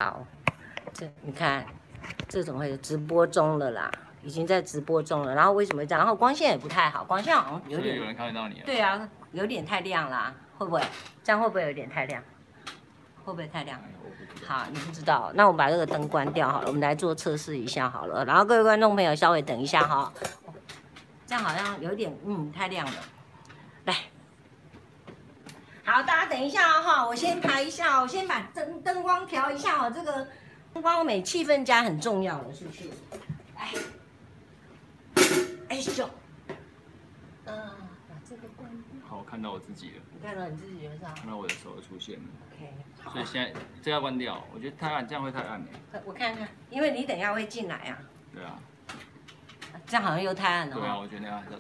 好，你看，这种会直播中了啦，已经在直播中了。然后为什么这样？然后光线也不太好，光线好像有点。 有人看得到你了。 对啊，有点太亮啦，会不会？这样会不会有点太亮？会不会太亮？好，你不知道，那我们把这个灯关掉好了，我们来做测试一下好了。然后各位观众朋友稍微等一下哈，这样好像有点太亮了。来，好，大家等一下哈，我先排一下，我先把灯光调一下哦，这个灯光美，气氛佳很重要的，是不是？哎呦，把这个关掉。 好，我看到我自己了。 你看到你自己了是吧？ 看到我的手出现了。 OK， 好。 所以现在这要关掉，我觉得太暗，这样会太暗了。 我看看，因为你等一下会进来啊。 对啊。 这样好像又太暗了。 对啊，我觉得那样很。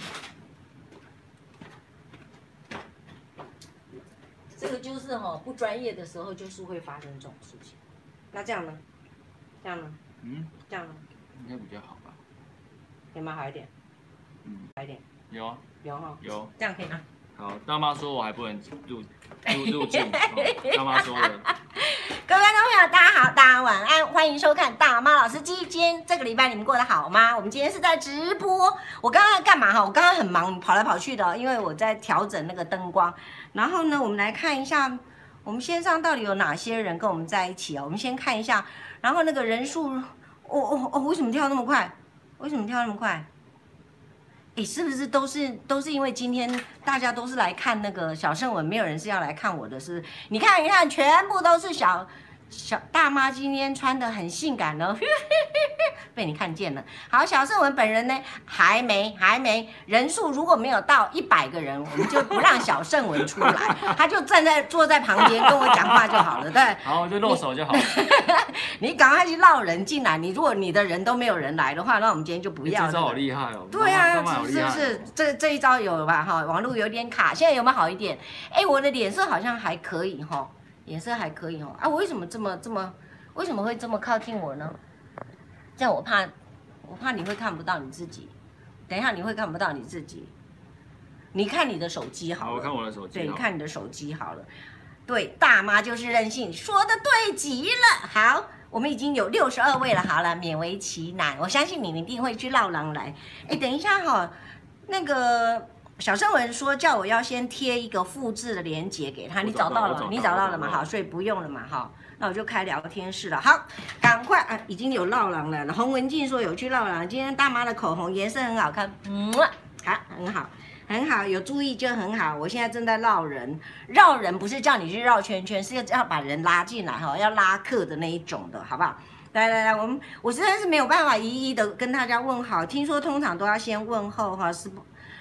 这个就是不专业的时候就是会发生这种事情。那这样呢？这样呢？这样呢？ 应该比较好吧？ 有没有好一点？好一点。 有啊。 有哈。 有。 这样可以吗？ 好，大妈说我还不能入镜，大妈说的。 各位观众朋友，大家好，大家晚安，欢迎收看大妈老司机。今天这个礼拜你们过得好吗？我们今天是在直播。我刚刚在干嘛哈？我刚刚很忙，跑来跑去的，因为我在调整那个灯光。然后呢，我们来看一下，我们线上到底有哪些人跟我们在一起哦。我们先看一下，然后那个人数，为什么跳那么快？为什么跳那么快？哎，是不是都是因为今天大家都是来看那个小圣文，没有人是要来看我的，是不是？你看，全部都是小大妈，今天穿的很性感哦，被你看见了。好，小圣文本人呢还没，人数如果没有到100个人，我们就不让小圣文出来，他就坐在旁边跟我讲话就好了，对。 好，我就露手就好了。 你赶快去绕人进来。如果你的人都没有人来的话，那我们今天就不要了。 这招好厉害哦！ 对啊，是不是？这一招有吧？哈，网络有点卡，现在有没有好一点？哎，我的脸色好像还可以哈，脸色还可以哈。啊，我为什么为什么会这么靠近我呢？这样我怕你会看不到你自己。等一下你会看不到你自己。你看你的手机好了。 好，我看我的手机。 对，你看你的手机好了。对，大妈就是任性，说的对极了。好。我们已经有62位了，好了，勉为其难。我相信你一定会去绕狼来。哎，等一下哈，那个小圣文说叫我要先贴一个复制的链接给他，你找到了吗？你找到了嘛？好，所以不用了嘛，哈。那我就开聊天室了。好，赶快啊，已经有绕狼了。洪文静说有去绕狼，今天大妈的口红颜色很好看，好，很好。很好，有注意就很好。我现在正在绕人，绕人不是叫你去绕圈圈，是要把人拉进来哈，要拉客的那一种的，好不好？来，我实在是没有办法一一的跟大家问好。听说通常都要先问候哈，是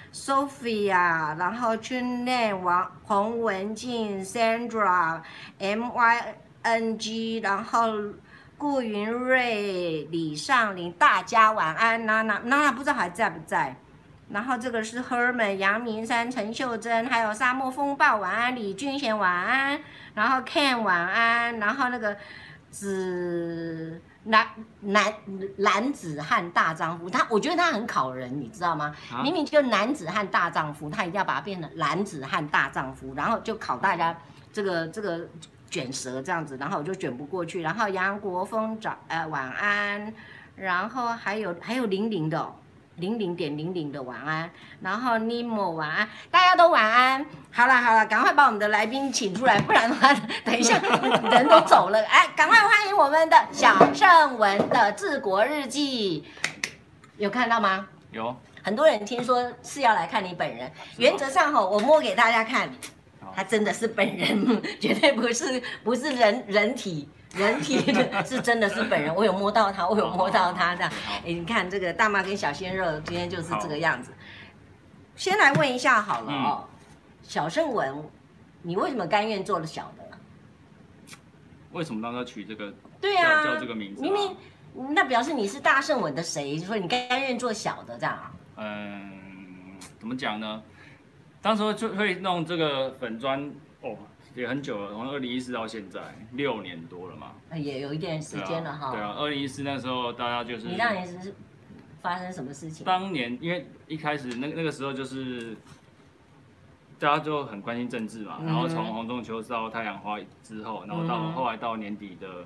Sophia， 然后Chunne、洪文静、Sandra、MYNG， 然后顾云瑞、李尚林，大家晚安。娜不知道还在不在？然后这个是 Herman、杨明山、陈秀珍，还有沙漠风暴晚安，李俊贤晚安，然后 Ken 晚安，然后那个男子汉大丈夫，我觉得他很考人，你知道吗？明明就男子汉大丈夫，他一定要把它变成男子汉大丈夫，然后就考大家这个卷舌这样子，然后我就卷不过去。然后杨国峰晚安，然后还有00的哦。00.00的晚安，然后尼莫晚安，大家都晚安。好了，赶快把我们的来宾请出来，不然的话，等一下人都走了。哎，赶快欢迎我们的小圣文的治国日记，有看到吗？ 有。 很多人听说是要来看你本人，原则上我摸给大家看，他真的是本人，绝对不是人体。人体是真的是本人，我有摸到他这样。哎，你看这个大妈跟小鲜肉今天就是这个样子。先来问一下好了哦，小圣文，你为什么甘愿做了小的？ 为什么当初取这个？ 对啊， 叫这个名字？ 明明那表示你是大圣文的谁？所以你甘愿做小的这样啊？ 怎么讲呢？当时就会弄这个粉砖哦。也很久了，从2014到现在6年多了嘛， 也有一点时间了哈。 对啊，2014那时候大家就是。 你那年是发生什么事情？ 当年因为一开始那个时候就是大家就很关心政治嘛，然后从洪仲丘到太阳花之后，然后后来到年底的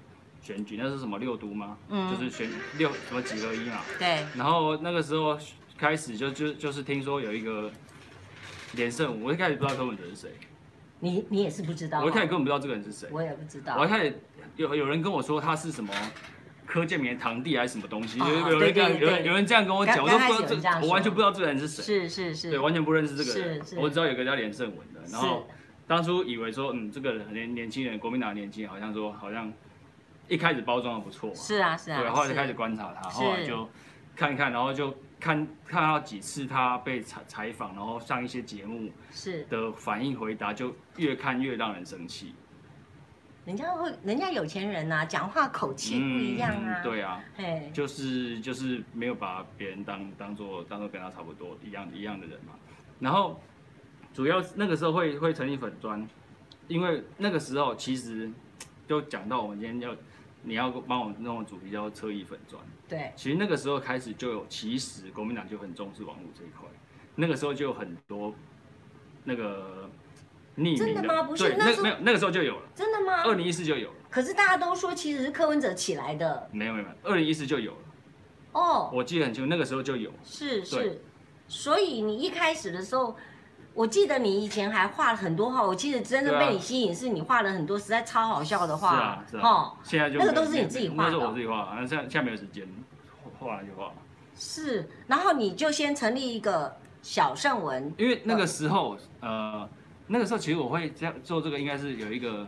选举，那是什么6都吗？就是选什么几合一嘛。 对。 然后那个时候开始就是听说有一个连胜文，我一开始不知道柯文哲是谁。 你也是不知道？ 我一开始根本不知道这个人是谁。 我也不知道。 我一开始有人跟我说他是什么柯建铭堂弟还是什么东西，有人这样跟我讲，我都不知道我完全不知道这个人是谁。 是。 对，完全不认识这个人。 是。 我只知道有个叫连胜文的，然后当初以为说，这个年轻人，国民党的年轻人，好像一开始包装的不错嘛。 是啊。 对，后来就开始观察他，后来就看一看，然后就看到几次他被采访，然后上一些节目的反应回答，就越看越让人生气。 人家有钱人啊，讲话口气不一样啊。 对啊，就是没有把别人当做跟他差不多一样的人嘛。然后主要那个时候会成立粉专，因为那个时候其实就讲到我们今天你要帮我弄的主题叫侧翼粉专。 对， 其实那个时候开始其实国民党就很重视网络这一块，那个时候就有很多那个匿名的。 真的吗？不是， 没有，那个时候就有了。 真的吗 ？2014就有了。 可是大家都说其实是柯文哲起来的。 没有，2014就有了。 哦， 我记得很清楚，那个时候就有。 是，所以你一开始的时候，我记得你以前还画了很多画，我记得真的被你吸引，是你画了很多实在超好笑的画。 是啊。现在就那个都是你自己画的。 那是我自己画，现在没有时间，画就画。是， 然后你就先成立一个小圣文， 因为那个时候其实我会这样做，这个应该是有一个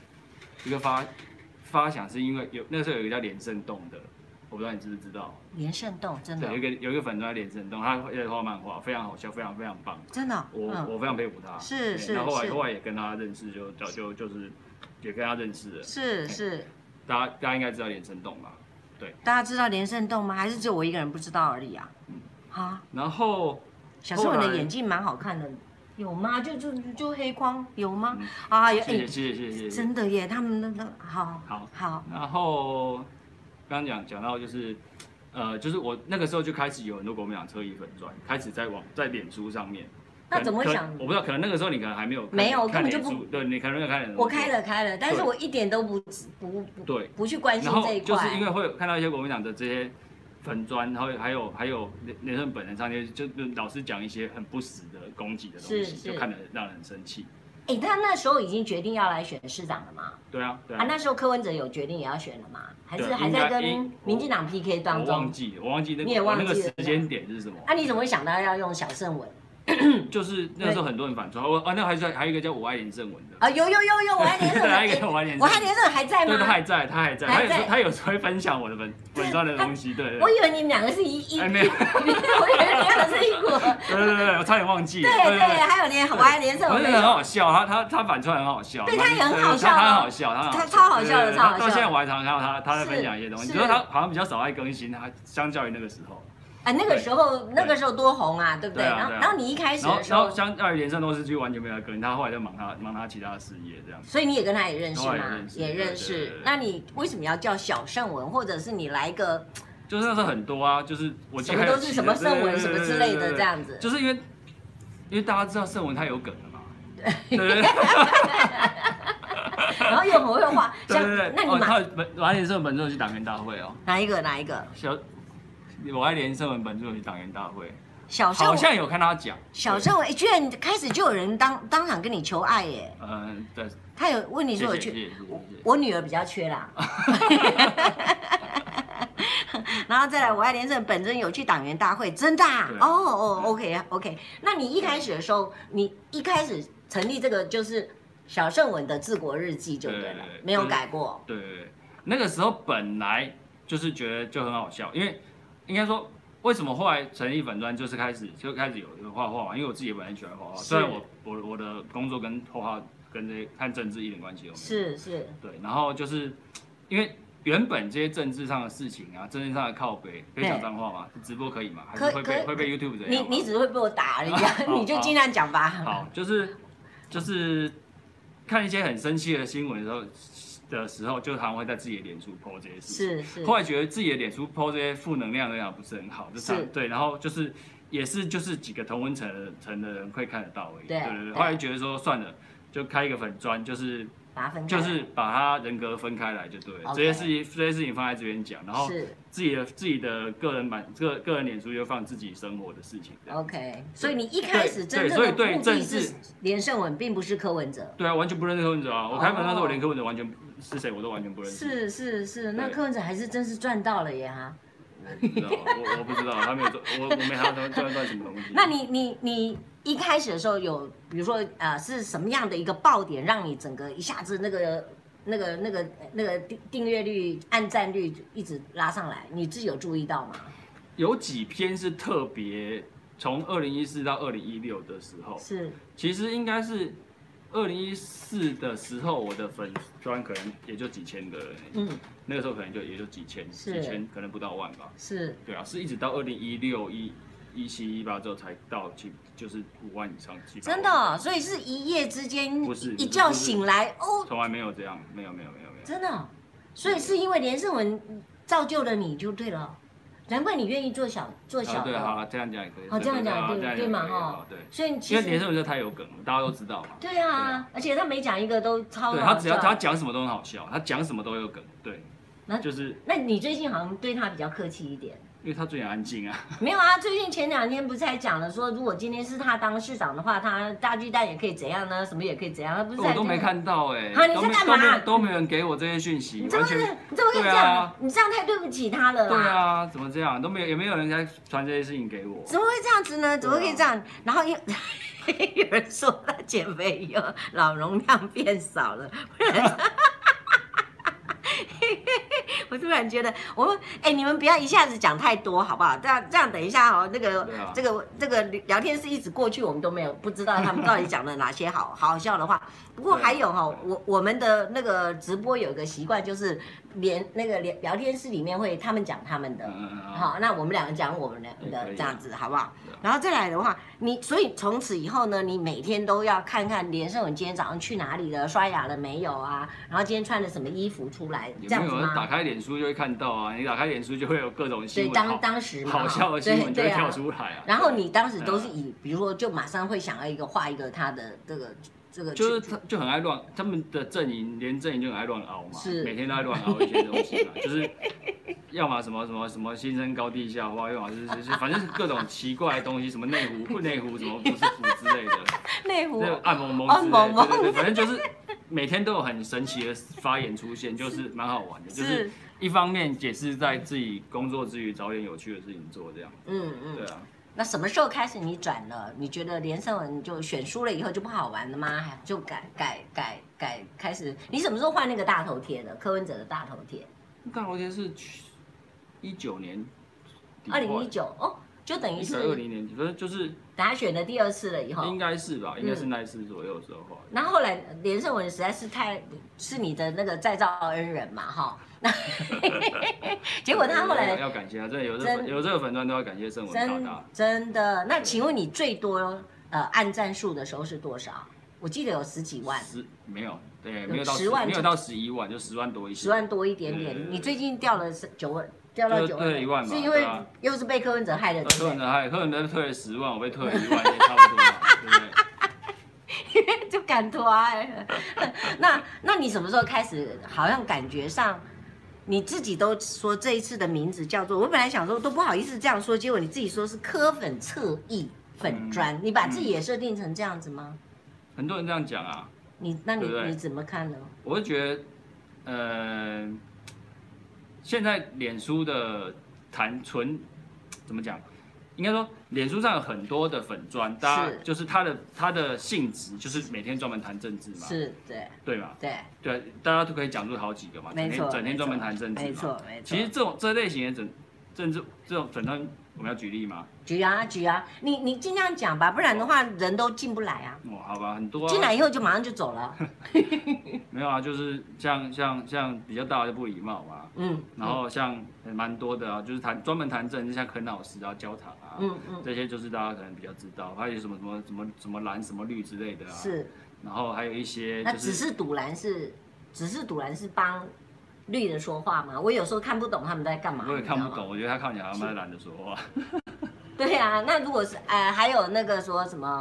发想，是因为那个时候有一个叫连胜洞的，我不知道你知不知道。 连胜洞真的有一个粉专连胜洞，他画漫画，非常好笑，非常非常棒。 真的， 我非常佩服他。 是。 然后后来也跟他认识，就是也跟他认识了。 是。 大家应该知道连胜洞吧？对。 大家知道连胜洞吗？还是只有我一个人不知道而已啊？ 然后小圣文的眼镜蛮好看的。有吗？就黑框有吗？ 谢谢。 真的耶，他们那好。 然后刚刚讲到就是我那个时候就开始有很多国民党侧翼粉专，开始在脸书上面。 那怎么会想？ 我不知道，可能那个时候你可能还没有根本就不对，你可能没有看脸书。 我开了，但是我一点都不去关心这一块。 就是因为会看到一些国民党的这些粉专，然后还有连胜本人上面就老是讲一些很不实的攻击的东西，就看得让人生气。 他那时候已经决定要来选市长了吗？ 对啊。 那时候柯文哲有决定也要选了吗？还是还在跟民进党 PK 当中？ 我忘记你也忘记那个时间点是什么？ 你怎么会想到要用小圣文？ 就是那时候很多人反串，那还有一个叫我爱连胜文的有我爱连胜文， 还有一个我爱连胜文还在吗？ 对，他还在，他有时候会分享我的粉专的东西，对。 我以为你们两个是没有，我以为你们两个是一国。 对，我差点忘记了。 对，还有我爱连胜文， 很好笑，他反串很好笑， 对，他也很好笑， 他很好笑， 他超好笑的，超好笑。 到现在我还常看到他在分享一些东西，只是他好像比较少爱更新，他相较于那个时候。 那个时候多红啊，对不对？然后你一开始的时候， 然后相较于连胜都是就完全没有跟他，后来就忙他其他的事业这样。 所以你也跟他也认识吗？也认识。 对。 那你为什么要叫小圣文，或者是你来一个？ 就是那时候很多啊，就是我什么都是什么圣文什么之类的这样子。 就是因为大家知道圣文他有梗了嘛。对。 然后又很会画， 对。 那你我爱连胜文本周去党员大会哦。 哪一个？ 我爱连胜文本周去党员大会， 好像有看他讲。 小圣文，居然开始就有人当场跟你求爱耶。 对。 他有问你说我女儿比较缺啦。然后再来，我爱连胜本身有去党员大会，真的？OK。那你一开始的时候，你一开始成立这个就是小圣文的治国日记就对了，没有改过。 对，那个时候本来就是觉得就很好笑，因为应该说为什么后来成立粉专就是开始有画画嘛，因为我自己本来喜欢画画，虽然我的工作跟画画跟看政治一点关系都没有。 是。对， 然后就是因为原本这些政治上的事情啊，政治上的靠北，可以讲脏话吗？直播可以吗？还是会被 YouTube 怎样？ 你只是会被我打而已，你就尽量讲吧。 好，就是看一些很生气的新闻的时候，就常会在自己的脸书 po 这些事情。是。后来觉得自己的脸书 po 这些负能量不是很好，对，然后也是几个同温层的人会看得到而已。对。后来觉得说算了，就开一个粉专，就是把它分开， 就是把他人格分开来就对了。 OK 这些事情放在这边讲，然后是自己的个人脸书就放自己生活的事情。 OK， 所以你一开始真正的目的是连胜文，并不是柯文哲。 对啊，完全不认识柯文哲啊！我开粉那时候，我连柯文哲完全是谁我都完全不认识。 是，那柯文哲还是真是赚到了耶哈！ 我不知道，他没有做，我没看到他赚什么东西。 那你一开始的时候有，比如说是什么样的一个爆点，让你整个一下子那个订阅率、按赞率一直拉上来？你自己有注意到吗？ 有几篇是特别，从2014到2016的时候， 是， 其实应该是2014的时候，我的粉专可能也就几千个人，那个时候可能也就几千，可能不到万吧。 是， 对啊，是一直到2016、17、18之后才到就是5万以上。 真的哦，所以是一夜之间， 不是一觉醒来哦， 从来没有这样，没有。 真的哦，所以是因为连胜文造就了你就对了。难怪你愿意做小的。 对，好，这样讲也可以。 好，这样讲对嘛哈？ 对。 所以因为连胜文这太有梗了，大家都知道嘛。 对啊，而且他每讲一个都超好笑。 对，他只要他讲什么都很好笑，他讲什么都有梗。对。就是。 那你最近好像对他比较客气一点。 因为他最近安静啊。 没有啊，最近前2天不是才讲了说，如果今天是他当市长的话，他大巨蛋也可以怎样呢？什么也可以怎样？他不是我都没看到哎。 啊，你在干嘛？ 都没有人给我这些讯息。 你怎么可以这样？你这样太对不起他了啦。 对啊，怎么这样？也没有人在传这些事情给我。 怎么会这样子呢？怎么可以这样？然后有人说他减肥以后脑容量变少了，不然。我突然觉得，你们不要一下子讲太多，好不好？这样等一下哦，这个聊天室一直过去，我们都不知道他们到底讲了哪些好笑的话。不过还有哈，我们的那个直播有个习惯，就是连聊天室里面会他们讲他们的，好，那我们2个讲我们的这样子，好不好？然后再来的话，所以从此以后呢，你每天都要看看连胜文今天早上去哪里了，刷牙了没有啊？然后今天穿了什么衣服出来，这样子吗？ 打开脸书就会看到啊，你打开脸书就会有各种新闻， 对，当时好笑的新闻就会跳出来啊。 然后你当时都是比如说就马上会想要画一个他的这个， 就是他就很爱乱，他们的阵营就很爱乱熬嘛，每天都在乱熬一些东西嘛，就是要么什么新生高地下花，要么就是反正各种奇怪的东西，什么内湖什么不是湖之类的， 内湖暗蒙蒙之类的，对，反正就是每天都有很神奇的发言出现，就是蛮好玩的，就是一方面也是在自己工作之余找点有趣的事情做，这样，对啊。 那什么时候开始你转了？你觉得连胜文就选输了以后就不好玩了吗？就改开始？你什么时候换那个大头贴的？柯文哲的大头贴？ 大头贴是19年 ，2019哦，就等于是 20年底，反正就是等他选了第2次了以后， 应该是吧？应该是那一次左右的时候画的。 然后后来连胜文实在是你的那个再造恩人嘛，哈。结果他后来要感谢他，真的有这个粉专都要感谢胜文大大。 真的，那请问你最多按赞数的时候是多少？我记得有10几万。 没有，对，没有到 10万， 没有到11万，就10万多一些。 10万多一点点。你最近掉了9万，掉到9万， 对1万嘛， 是因为又是被柯文哲害的。 柯文哲退了10万，我被退了1万，也差不多嘛，对不对？ 就敢拖哎。那你什么时候开始？好像感觉上。你自己都说这一次的名字叫做，我本来想说都不好意思这样说，结果你自己说是柯粉侧翼粉专，你把自己也设定成这样子吗？ 很多人这样讲啊。 你怎么看呢？ 我会觉得，现在脸书的怎么讲？应该说，脸书上有很多的粉专，大家就是它的性质就是每天专门谈政治嘛， 是， 对嘛， 对， 大家都可以讲出好几个嘛，整天专门谈政治嘛， 没错。 其实这类型的政治这种粉专，我们要举例吗？ 举啊，你尽量讲吧，不然的话人都进不来啊。 哦，好吧，很多进来以后就马上就走了。 没有啊，就是像比较大的就不礼貌嘛，然后像蛮多的啊，就是专门谈政治，像肯老师啊、焦糖啊，这些就是大家可能比较知道，还有什么蓝什么绿之类的啊， 是， 然后还有一些那只是赌蓝是帮绿的说话吗？我有时候看不懂他们在干嘛。 我也看不懂，我觉得他看起来他们在懒得说话。 对啊，那如果是还有那个说什么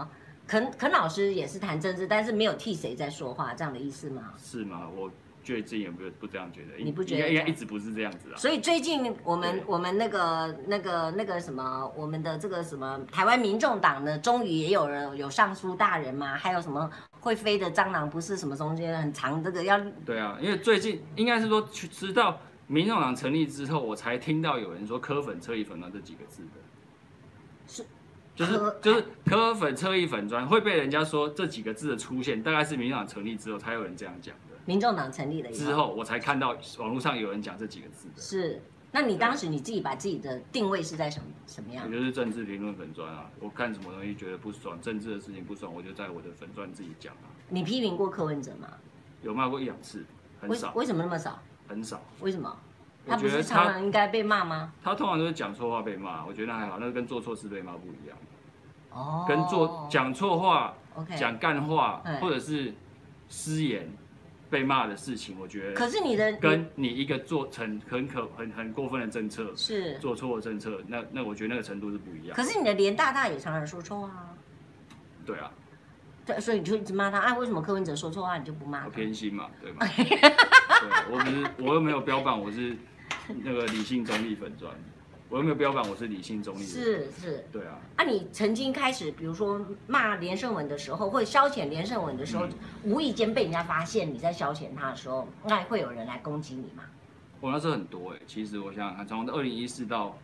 肯老师也是谈政治，但是没有替谁在说话，这样的意思吗？ 是吗？我最近也不这样觉得， 你不觉得？ 应该一直不是这样子啊。 所以最近我们那个什么，我们的这个什么台湾民众党呢，终于也有人有尚书大人嘛，还有什么会飞的蟑螂，不是什么中间很长这个要。对啊，因为最近应该是说，直到民众党成立之后，我才听到有人说柯粉侧翼粉专这几个字的。 是。 就是柯粉侧翼粉专会被人家说这几个字的出现，大概是民进党成立之后才有人这样讲的。 民众党成立了之后，我才看到网络上有人讲这几个字的。 是，那你当时你自己把自己的定位是在什么样？ 我就是政治评论粉专啊，我看什么东西觉得不爽，政治的事情不爽，我就在我的粉专自己讲啊。 你批评过柯文哲吗？ 有骂过1、2次，很少。 为什么那么少？ 很少。 为什么？他不是常常应该被骂吗？ 他通常都是讲错话被骂，我觉得那还好，那跟做错事被骂不一样。 哦。 跟讲错话、讲干话，或者是失言被骂的事情，我觉得。 可是跟你一个做成很过分的政策， 是做错的政策，那我觉得那个程度是不一样。 可是你的连大大也常常说错话啊。 对啊。 对，所以你就一直骂他啊？为什么柯文哲说错话你就不骂他？ 我偏心嘛，对吗？对，我又没有标榜我是那个理性中立粉专，我又没有标榜我是理性中立。 是，对啊。啊，你曾经开始，比如说骂连胜文的时候，或者消遣连胜文的时候，无意间被人家发现你在消遣他的时候，那会有人来攻击你吗？ 我那时候很多其实我想想看，从2014到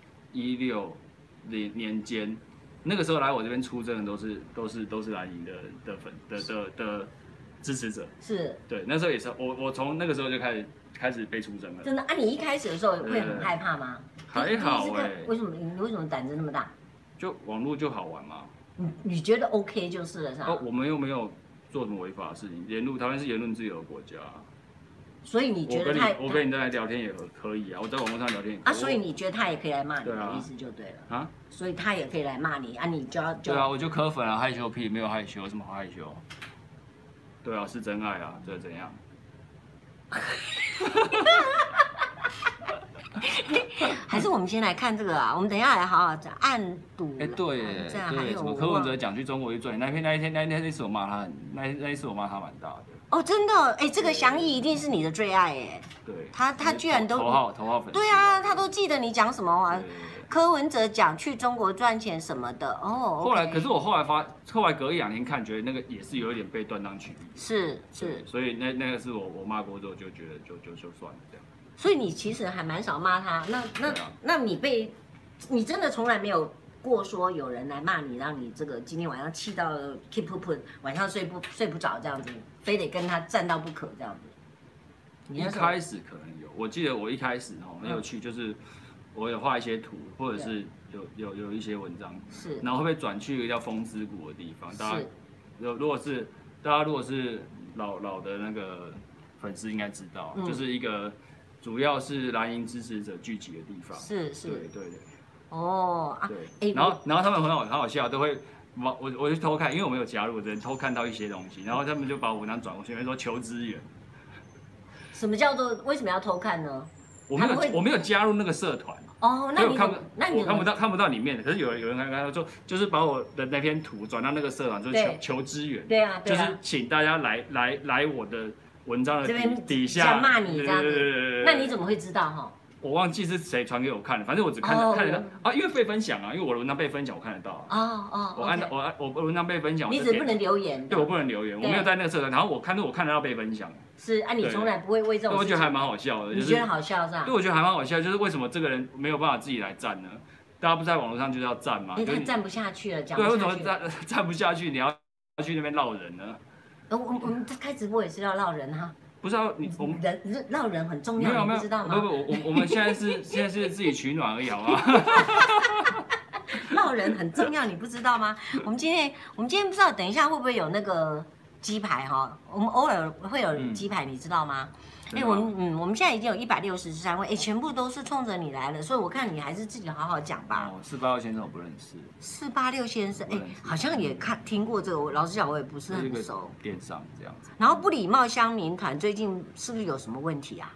16年间。那个时候来我这边出征的都是蓝营的支持者， 是对，那时候也是我从那个时候就开始被出征了。 真的啊？你一开始的时候会很害怕吗？ 还好为什么胆子那么大？ 就网络就好玩嘛。 你觉得 OK 就是了，是吧？ 我们又没有做什么违法的事情，台湾是言论自由的国家。 所以你觉得我跟你在聊天也可以啊，我在网络上聊天也可以啊，所以你觉得他也可以来骂你的意思就对了啊，所以他也可以来骂你啊，你就要对啊，我就柯粉啊，害羞屁，没有害羞，有什么好害羞？对啊，是真爱啊，这怎样？ 还是我们先来看这个啊，我们等一下来好好讲暗赌。 对，什么柯文哲讲去中国去赚，那一次我骂他，那一次我骂他蛮大的。 哦，真的，这个祥义一定是你的最爱对， 他居然都头号粉丝。 对啊，他都记得你讲什么话。柯文哲讲去中国赚钱什么的哦。 可是我后来隔1、2天看，觉得那个也是有一点被断章取义。 是， 所以那个是我骂过之后就觉得就算了这样。 所以你其实还蛮少骂他，那你真的从来没有过说有人来骂你，让你这个今天晚上气到 keep up， 晚上睡不着这样子，非得跟他战到不可这样子。 一开始可能有，我记得我一开始很有趣，就是我有画一些图，或者是有一些文章， 是， 然后会被转去一个叫风之谷的地方。大家如果是老的那个粉丝应该知道，就是一个主要是蓝营支持者聚集的地方。是，对。哦啊，对，然后他们很好笑，都会我就偷看，因为我没有加入，只能偷看到一些东西，然后他们就把我文章转过去，说求支援。 什么叫做为什么要偷看呢？ 我没有加入那个社团。 哦，那你看不到里面的，可是有人看说，就是把我的那篇图转到那个社团，就是求支援。 对啊， 就是请大家来我的文章的底下想骂你这样子。那你怎么会知道哈？ 我忘记是谁传给我看的，反正我只看得到啊，因为被分享啊，因为我的文章被分享，我看得到。我文章被分享， 你只不能留言。 对，我不能留言，我没有在那个社团，然后我看得到被分享。 是啊，你从来不会为这种。 我觉得还蛮好笑的。 你觉得好笑是吧？ 对，我觉得还蛮好笑，就是为什么这个人没有办法自己来站呢？大家不在网络上就是要站嘛？ 因为他站不下去了，讲对，为什么站不下去？你要去那边闹人呢？ 我们开直播也是要闹人哈。 不是啊，我们闹人很重要，你不知道吗？ 不，我们现在是自己取暖而已，好吗？ 闹人很重要，你不知道吗？我们今天不知道，等一下会不会有那个鸡排哈？我们偶尔会有鸡排，你知道吗？我们现在已经有163位，全部都是冲着你来了，所以我看你还是自己好好讲吧。 486先生我不认识。 486先生，好像也听过这个，我老实讲我也不是很熟。 电商这样子。 然后不礼貌乡民团最近是不是有什么问题啊？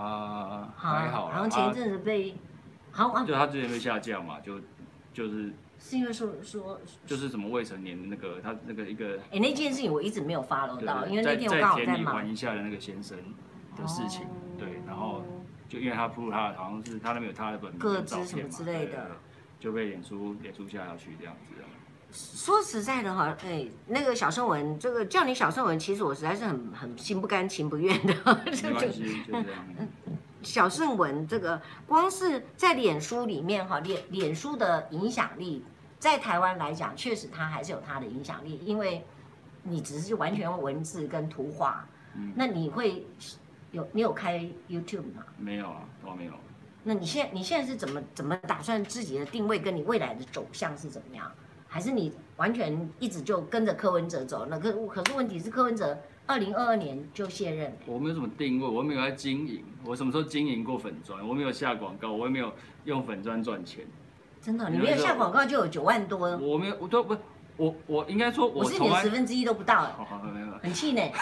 他还好， 好像前一阵子被， 就他之前被下架嘛，就是是因为说， 就是什么未成年的那个他那个一个， 那件事情我一直没有 follow 到，因为那天我在刚好在田里忙玩一下的那个先生的事情，对，然后就因为他铺他好像是他那边有他的本名个跟照资什么片嘛， 之类的， 就被脸书下要去这样子。 说实在的哈，那个小圣文，这个叫你小圣文，其实我实在是很心不甘情不愿的。 没关系，就这样。 小圣文这个光是在脸书里面哈，脸书的影响力，在台湾来讲，确实它还是有它的影响力，因为你只是完全用文字跟图画，那你有开 YouTube 吗？ 没有啊，都没有。 那你现在是怎么打算自己的定位跟你未来的走向是怎么样？还是你完全一直就跟着柯文哲走？可是问题是柯文哲2022年就卸任。 我没有什么定位，我没有在经营，我什么时候经营过粉专？我没有下广告，我也没有用粉专赚钱。 真的，你没有下广告就有9万多。 我没有，我都不，我应该说， 我是你的1/10都不到。 好，没有， 很气馁。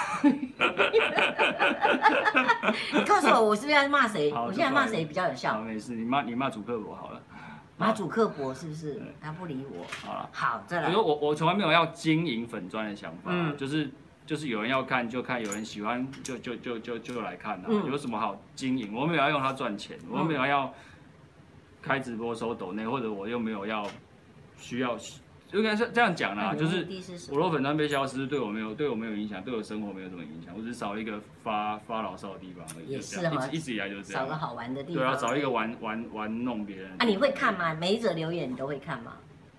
你告诉我是不是要骂谁？我现在骂谁比较有效？ 好，没事，你骂主客我好了。 马祖克伯是不是？他不理我。 好了， 好，再来。 我说我从来没有要经营粉专的想法，就是有人要看就看，有人喜欢就来看啊，有什么好经营？我没有要用它赚钱，我没有要开直播收抖内，或者我又没有要需要，应该是这样讲啦，就是我若粉专被消失，对我没有影响，对我生活没有什么影响，我只是少一个发牢骚的地方而已。 也是哈， 一直以来就是这样。 少个好玩的地方。 对啊，少一个玩弄别人。 啊，你会看吗？每一则留言你都会看吗？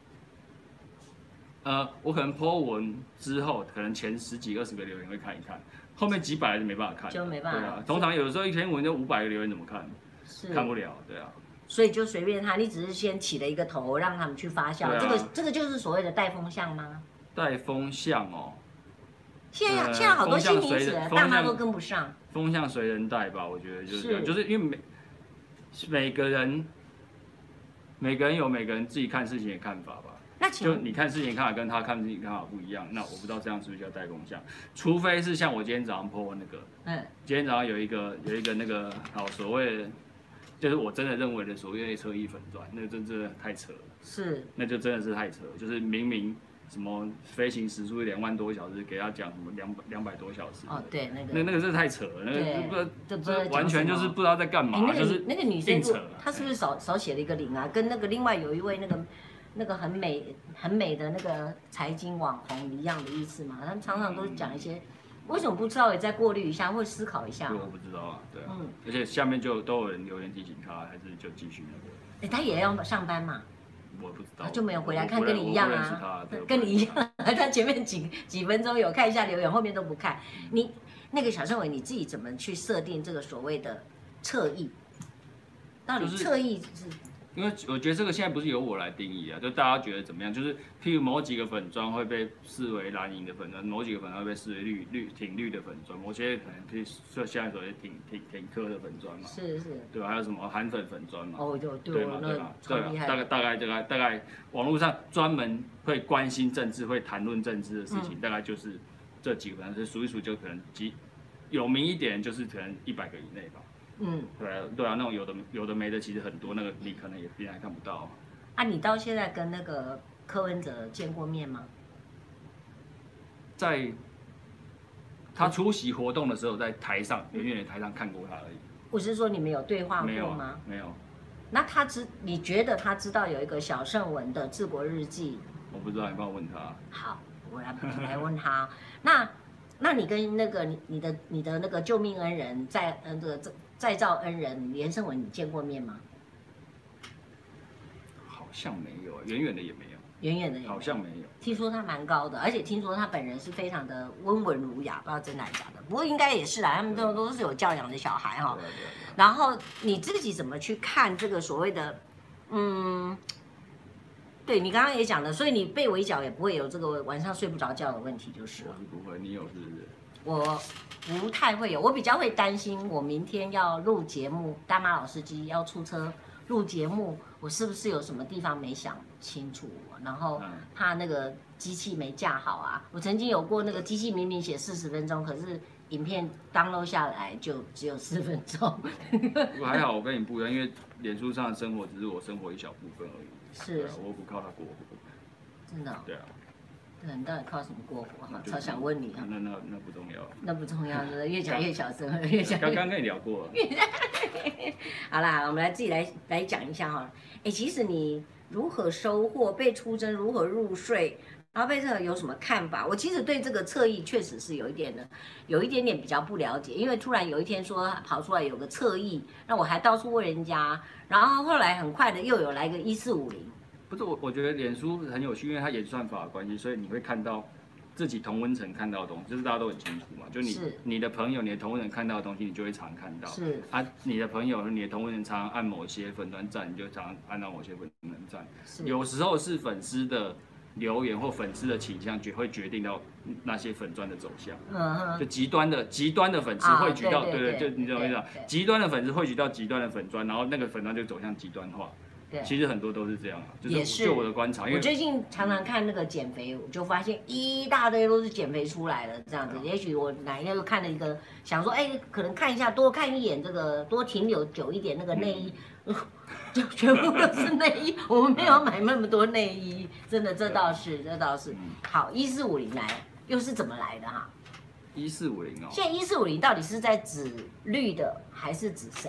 我可能 po 文之后，可能前10几20个留言会看一看，后面几百就没办法看。 就没办法。 对啊，通常有的时候一篇文就500个留言怎么看？ 是看不了，对啊。 所以就随便他，你只是先起了一个头，让他们去发酵。这个就是所谓的带风向吗？带风向哦。 现在好多新名词，大妈都跟不上。 风向随人带吧，我觉得就是这样，就是因为每个人有每个人自己看事情的看法吧。 那就你看事情看法跟他看事情看法不一样，那我不知道这样是不是叫带风向？除非是像我今天早上 po 那个，今天早上有一个那个所谓的。就是我真的认为的所谓的车衣粉专，那真的太扯了。是，那就真的是太扯了。就是明明什么飞行时速2万多小时，给他讲什么200多小时。哦，对，那个真的太扯了，那个这完全就是不知道在干嘛。就是那个女生，她是不是少写了一个0啊？跟那个另外有一位那个很美的那个财经网红一样的意思嘛？他们常常都讲一些。为什么不稍微再过滤一下，或思考一下？ 我不知道啊，对啊，而且下面都有人留言提醒他，还是就继续那个？他也要上班嘛？ 我不知道， 就没有回来看，跟你一样啊，跟你一样。他前面几分钟有看一下留言，后面都不看。你那个小盛伟，你自己怎么去设定这个所谓的侧翼？到底侧翼是？ 因为我觉得这个现在不是由我来定义啊，就大家觉得怎么样？就是譬如某几个粉专会被视为蓝营的粉专，某几个粉专会被视为挺绿的粉专，某些可能就现在所谓挺科的粉专嘛。是，对吧？还有什么韩粉专嘛？哦，对嘛，对吧？对，大概网络上专门会关心政治、会谈论政治的事情，大概就是这几个粉专，数一数就可能有名一点，就是可能100个以内吧。对啊，那种有的没的其实很多，那个你可能也别人还看不到。 啊，你到现在跟那个柯文哲见过面吗？ 在他出席活动的时候，在台上远远的台上看过他而已。 我是说你们有对话过吗？ 没有。 那你觉得他知道有一个小盛文的治国日记？ 我不知道，你帮我问他。 好，我来问他。那你跟那个你的那个救命恩人再造恩人连胜文，你见过面吗？ 好像没有，远远的也没有。 远远的也好像没有。 听说他蛮高的，而且听说他本人是非常的温文儒雅，不知道真的还是假的。不过应该也是啦，他们都是有教养的小孩哈。然后你自己怎么去看这个所谓的对你刚刚也讲了，所以你被围剿也不会有这个晚上睡不着觉的问题，就是了。 我是不会，你有是不是？ 我不太会有，我比较会担心，我明天要录节目，大妈老司机要出车录节目，我是不是有什么地方没想清楚？然后怕那个机器没架好啊。我曾经有过那个机器明明写40分钟，可是影片 download 下来就只有4分钟。 我还好，我跟你不一样，因为脸书上的生活只是我生活一小部分而已。 是， 我不靠它过活。 真的、哦。 对啊。 对，你到底靠什么过活？哈，超想问你啊。 那不重要。 那不重要，越讲越小声，越讲。 刚刚跟你聊过了。 好啦，我们自己来讲一下哈。哎，其实你如何收获，被出征如何入睡，然后被这个有什么看法？我其实对这个侧翼确实是有一点点比较不了解，因为突然有一天说跑出来有个侧翼，那我还到处问人家，然后后来很快的又有来个1450。 不是我觉得脸书很有趣，因为它演算法的关系，所以你会看到自己同温层看到的东西，就是大家都很清楚嘛。就你的朋友、你的同温层看到的东西，你就会常看到。 是啊，你的朋友、你的同温层常按某些粉专赞，你就常按到某些粉专赞。有时候是粉丝的留言或粉丝的倾向，会决定到那些粉专的走向。就极端的粉丝汇聚到，对，就你懂我意思吗？极端的粉丝汇聚到极端的粉专，然后那个粉专就走向极端化。其实很多都是这样啊，就我的观察。因为我最近常常看那个减肥，我就发现一大堆都是减肥出来了这样子。也许我哪一天又看了一个，想说，哎，可能看一下，多看一眼这个，多停留久一点那个内衣，就全部都是内衣。我们没有买那么多内衣，真的，这倒是。好，1450来，又是怎么来的哈 ？1450哦。 现在1450到底是在指绿的还是指谁？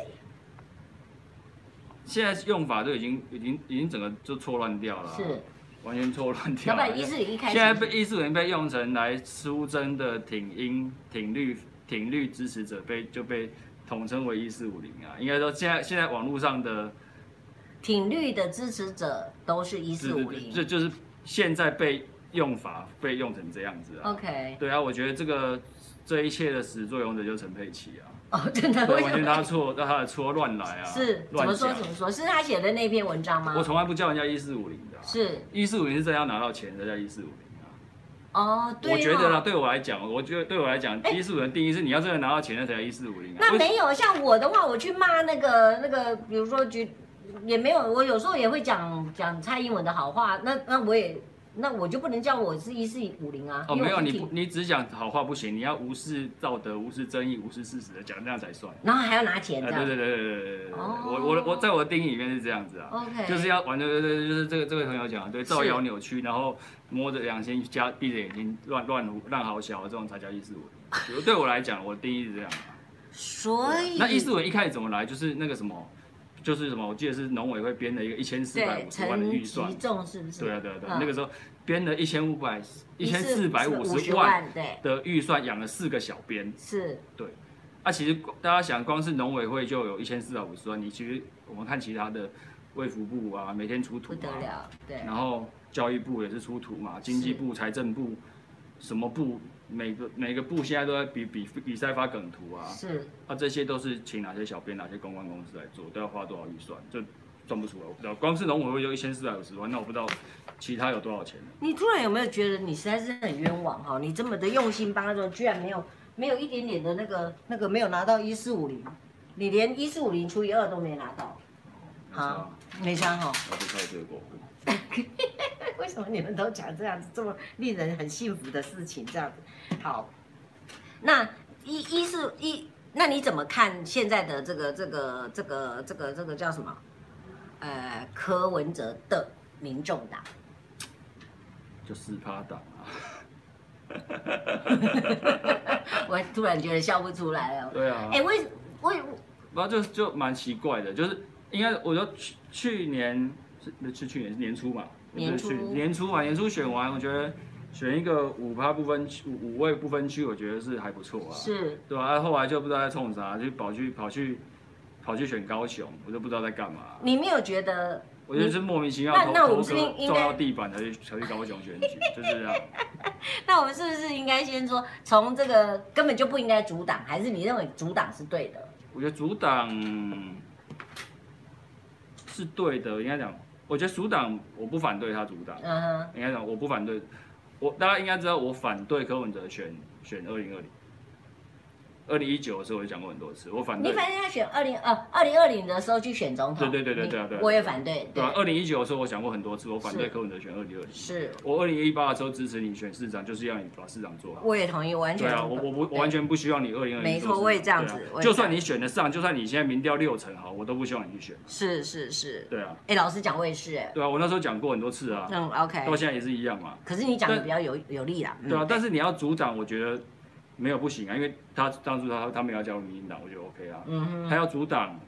现在用法都已经整个就错乱掉了， 是完全错乱掉了。 要不然140一开始， 现在被140被用成来出征的挺绿支持者就被统称为1450啊。应该说现在网络上的挺绿的支持者都是1450， 这就是现在被用成这样子啊。 OK， 对啊，我觉得这一切的始作俑者就是陈佩琪啊。 哦，真的， 完全他的错乱来啊！ 是怎么说？是他写的那篇文章吗？ 我从来不叫人家1450的、啊， 是 1450是真要拿到钱的叫1450啊。 哦，对哦， 我觉得啦，对我来讲，145的定义是你要真的拿到钱，那才叫1450啊。 那没有，像我的话，我去骂那个，比如说也没有，我有时候也会讲蔡英文的好话，那我就不能叫我是1450啊。 哦，没有，你只讲好话不行，你要无视道德、无视正义、无视事实的讲，那样才算。 然后还要拿钱， 对。我在我的定义里面是这样子啊。 OK。就是要玩，对，就是这个朋友讲的，对，造谣扭曲，然后摸着良心闭着眼睛乱好小，这种才叫145。对我来讲，我的定义是这样。 所以那145一开始怎么来？就是那个什么。就是什么？我记得是农委会编了一个1450万的预算， 集中是不是？ 对，那个时候编了1450万的预算，养了4个小编。 是， 对。其实大家想，光是农委会就有1450万，其实我们看其他的卫福部啊，每天出图， 不得了，对。 然后教育部也是出图嘛，经济部、财政部，什么部？每个部现在都在比赛发梗图啊， 是这些都是请哪些小编、哪些公关公司来做，都要花多少预算，就算不出来，我不知道。光是农委会就1450万，那我不知道其他有多少钱。 你突然有没有觉得你实在是很冤枉哈？你这么的用心帮他做，居然没有一点点的那个没有拿到1450，你连1450除以2都没拿到， 好， 没差哈。 我就靠这个过。 为什么你们都讲这样子这么令人很幸福的事情？这样子，好，那那你怎么看现在的这个叫什么？柯文哲的民众党， 就4%党啊。 我突然觉得笑不出来了。 对啊。 我就蛮奇怪的，就是应该我说去年是年初嘛。年初选完，我觉得选一个5位不分区，我觉得是还不错啊。 是， 对吧？后来就不知道在冲啥，就跑去选高雄，我就不知道在干嘛。 你没有觉得？ 我觉得是莫名其妙， 那我们是不是应该撞到地板才去高雄选举，就是这样。 那我们是不是应该先说，从这个根本就不应该阻挡，还是你认为阻挡是对的？ 我觉得阻挡是对的，应该讲。我觉得阻挡，我不反对他阻挡。应该讲我不反对，大家应该知道我反对柯文哲选2020。 2019的时候我就讲过很多次，我反对。 你反正他选2020的时候去选总统， 对啊， 我也反对。 对啊，2019的时候我讲过很多次，我反对柯文哲选2020。 是。 我2018的时候支持你选市长，就是要你把市长做好。 我也同意，完全。 对啊，我完全不希望你2020。 没错，我也这样子。 就算你选得上，就算你现在民调6成好，我都不希望你去选。 是。 对啊。 老实讲，我也是对啊，我那时候讲过很多次啊。 OK。 到现在也是一样嘛。 可是你讲的比较有力啦。 对啊，但是你要组长，我觉得。没有不行啊，因为他当初他没有要加入民进党，我觉得 OK 啊。他要阻挡，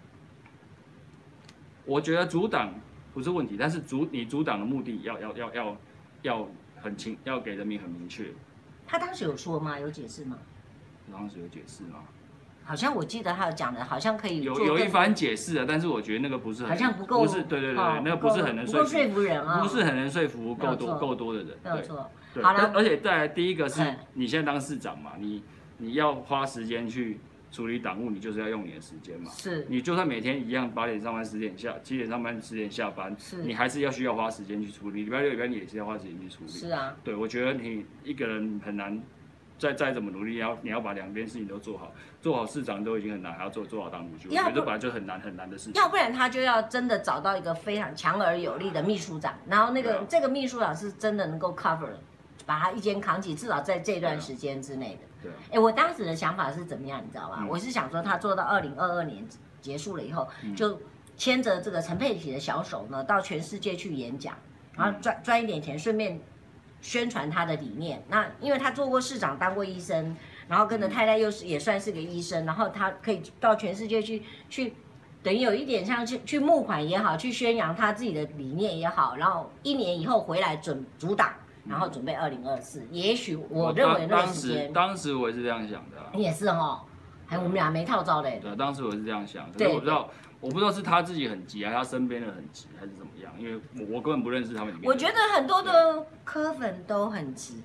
我觉得阻挡不是问题，但是你阻挡的目的要很清，要给人民很明确。 他当时有说吗？有解释吗？ 当时有解释吗？ 好像我记得他有讲的，好像可以有一番解释啊，但是我觉得那个不是很， 好像不够， 不是对，那个不是很能说服人啊， 不是很能说服够多的人， 没有错。 对，而且再来第一个是你现在当市长嘛，你要花时间去处理党务，你就是要用你的时间嘛。 是。 你就算每天一样8点上班7点上班10点下班，你还是需要花时间去处理。礼拜六礼拜天也是要花时间去处理。 是啊。 对，我觉得你一个人很难，再怎么努力，你要把2边事情都做好，做好市长都已经很难，还要做好党务，我觉得这本来就很难的事情。 要不然他就要真的找到一个非常强而有力的秘书长，然后这个秘书长是真的能够 cover。把他一肩扛起，至少在这段时间之内的。对。我当时的想法是怎么样，你知道吗？我是想说，他做到2022年结束了以后，就牵着这个陈佩琪的小手呢，到全世界去演讲，然后赚一点钱，顺便宣传他的理念。那因为他做过市长，当过医生，然后跟着太太也算是个医生，然后他可以到全世界去。等于有一点像去募款也好，去宣扬他自己的理念也好，然后1年以后回来阻挡。然后准备2024，也许我认为那个时间， 当时我也是这样想的。 你也是哦，我们俩没套招嘞。 对，当时我是这样想，可是我不知道是他自己很急，还是他身边的很急，还是怎么样？因为我根本不认识他们里面。 我觉得很多的柯粉都很急。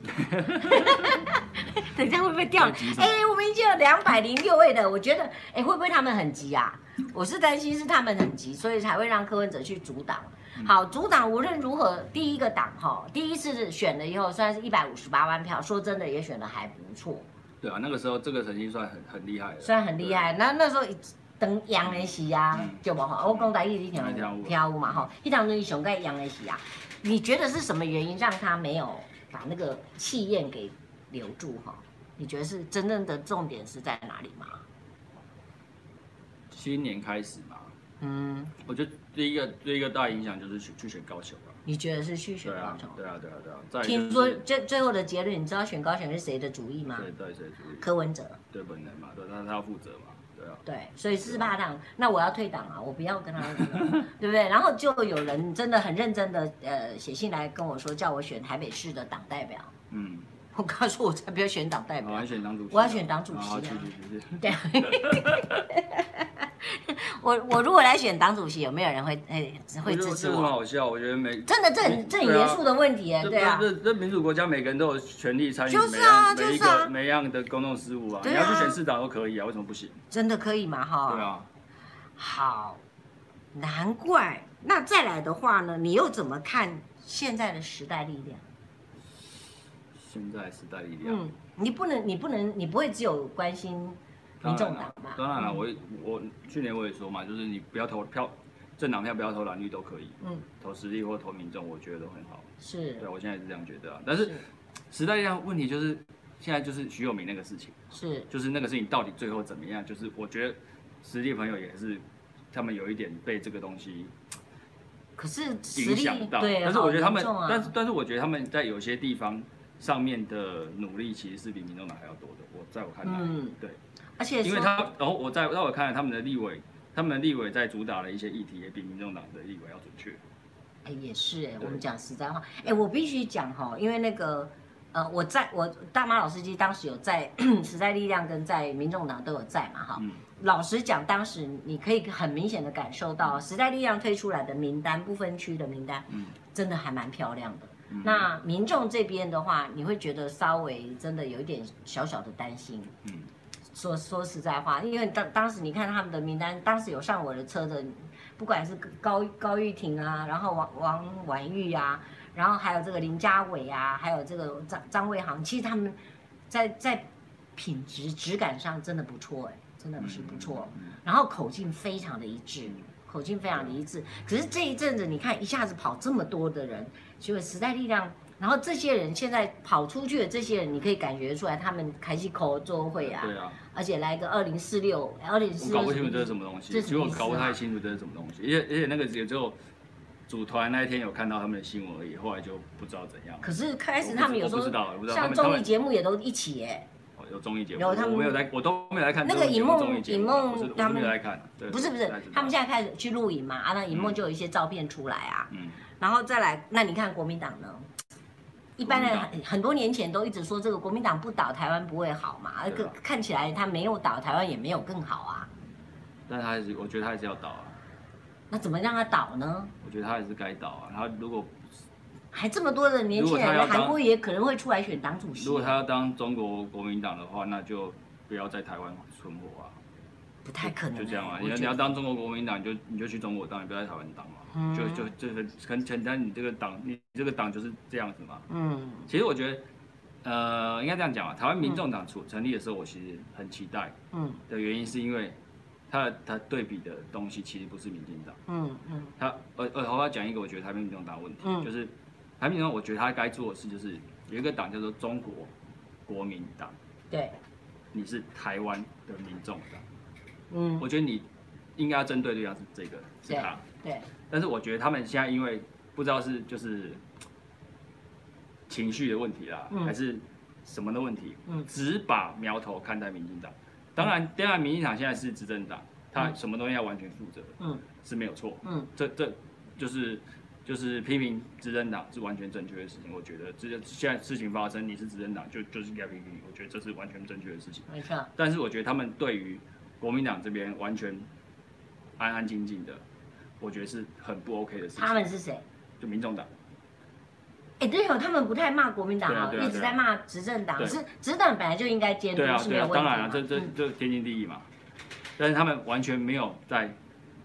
等一下会不会掉？我们已经有206位的，我觉得会不会他们很急啊？我是担心是他们很急，所以才会让柯文哲去阻挡。好，阻挡无论如何，第一个党第一次选了以后，虽然是158万票，说真的也选得还不错。 对啊，那个时候这个成绩算很厉害的。 算很厉害，那时候当杨的时啊，对不哈？我讲台语，你跳舞嘛哈，一场东西上盖杨的时啊，你觉得是什么原因让他没有把那个气焰给留住哈？你觉得是真正的重点是在哪里吗？ 新年开始嘛。我觉得第一个大影响就是去选高雄了。 你觉得是去选高雄？ 对啊。 听说最后的结论，你知道选高雄是谁的主意吗？ 对，谁的主意？ 柯文哲。 对，本人嘛，对，他要负责嘛，对啊。 对，所以48党，那我要退党啊，我不要跟他，对不对？然后就有人真的很认真的写信来跟我说，叫我选台北市的党代表。我告诉我才不要选党代表， 我要选党主席。 我要选党主席啊！ 对。 我如果来选党主席，有没有人会支持我？ 很好笑，我觉得真的这很严肃的问题对啊。 这民主国家每个人都有权利参与每样的公共事务啊。你要去选市长都可以啊，为什么不行？ 真的可以吗？哈。 对啊。 好，难怪。那再来的话呢，你又怎么看现在的时代力量？ 现在时代力量， 你不会只有关心民众党嘛？ 当然了，我去年我也说嘛，就是你不要投票，政党票不要投蓝绿都可以，投实力或投民众，我觉得都很好。 是， 对，我现在是这样觉得啊。但是时代力量问题就是现在就是徐有明那个事情，就是那个事情到底最后怎么样？就是我觉得实力朋友也是，他们有一点被这个东西。 可是影响到，但是我觉得他们，但是我觉得他们在有些地方上面的努力其实是比民众党还要多的。在我看来，对， 而且因为然后在我看来，他们的立委在主打的一些议题也比民众党的立委要准确。 也是我们讲实在话，我必须讲因为那个我大妈老司机当时有在时代力量跟在民众党都有在嘛哈。老实讲，当时你可以很明显的感受到时代力量推出来的名单，不分区的名单，真的还蛮漂亮的。那民众这边的话，你会觉得稍微真的有一点小小的担心。说实在话，因为当时你看他们的名单，当时有上我的车的，不管是高玉婷啊，然后王婉玉啊，然后还有这个林佳伟啊，还有这个张卫航，其实他们在品质感上真的不错哎，真的是不错。然后口径非常的一致，口径非常的一致。可是这一阵子你看一下子跑这么多的人，结果时代力量，然后这些人现在跑出去的这些人，你可以感觉出来他们开始口座会啊， 对啊， 而且来个2046， 我搞不清楚这是什么东西，其实我搞不太清楚这是什么东西，而且那个也只有组团那一天有看到他们的新闻而已，后来就不知道怎样。 可是开始他们有时候像综艺节目也都一起耶。 有综艺节目， 有他们我没有在，我都没有在看那个影梦他们没有在看， 不是，他们现在开始去录影嘛，啊，那影梦就有一些照片出来啊，然后再来，那你看国民党呢？一般人很多年前都一直说这个国民党不倒台湾不会好嘛，看起来他没有倒台湾也没有更好啊。 但我觉得他还是要倒啊。 那怎么让他倒呢？ 我觉得他还是该倒啊。他如果还这么多的年轻人，韩国也可能会出来选党主席。 如果他要当中国国民党的话，那就不要在台湾存活啊。 不太可能。 就这样啊，你要当中国国民党，你就去中国当，你不要在台湾当嘛。就很简单，你这个党就是这样子嘛。其实我觉得，应该这样讲啊，台湾民众党成立的时候，我其实很期待。的原因是因为他对比的东西其实不是民进党。我要讲一个我觉得台湾民众党的问题，就是台湾民众党，我觉得他该做的事就是有一个党叫做中国国民党。 对。 你是台湾的民众党。我觉得你应该要针对对象是这个，是他。 对。 但是我觉得他们现在因为不知道是就是情绪的问题啦，还是什么的问题，只把苗头看待民进党。当然，民进党现在是执政党，他什么东西要完全负责，是没有错。这就是批评执政党是完全正确的事情。我觉得现在事情发生，你是执政党就是应该批评，我觉得这是完全正确的事情。 没错。但是我觉得他们对于国民党这边完全安安静静的，我觉得是很不 OK 的事情。 他们是谁？ 就民众党。 对哦，他们不太骂国民党啊，一直在骂执政党。是执政党本来就应该监督，是没有问题。 当然了，这天经地义嘛。但是他们完全没有在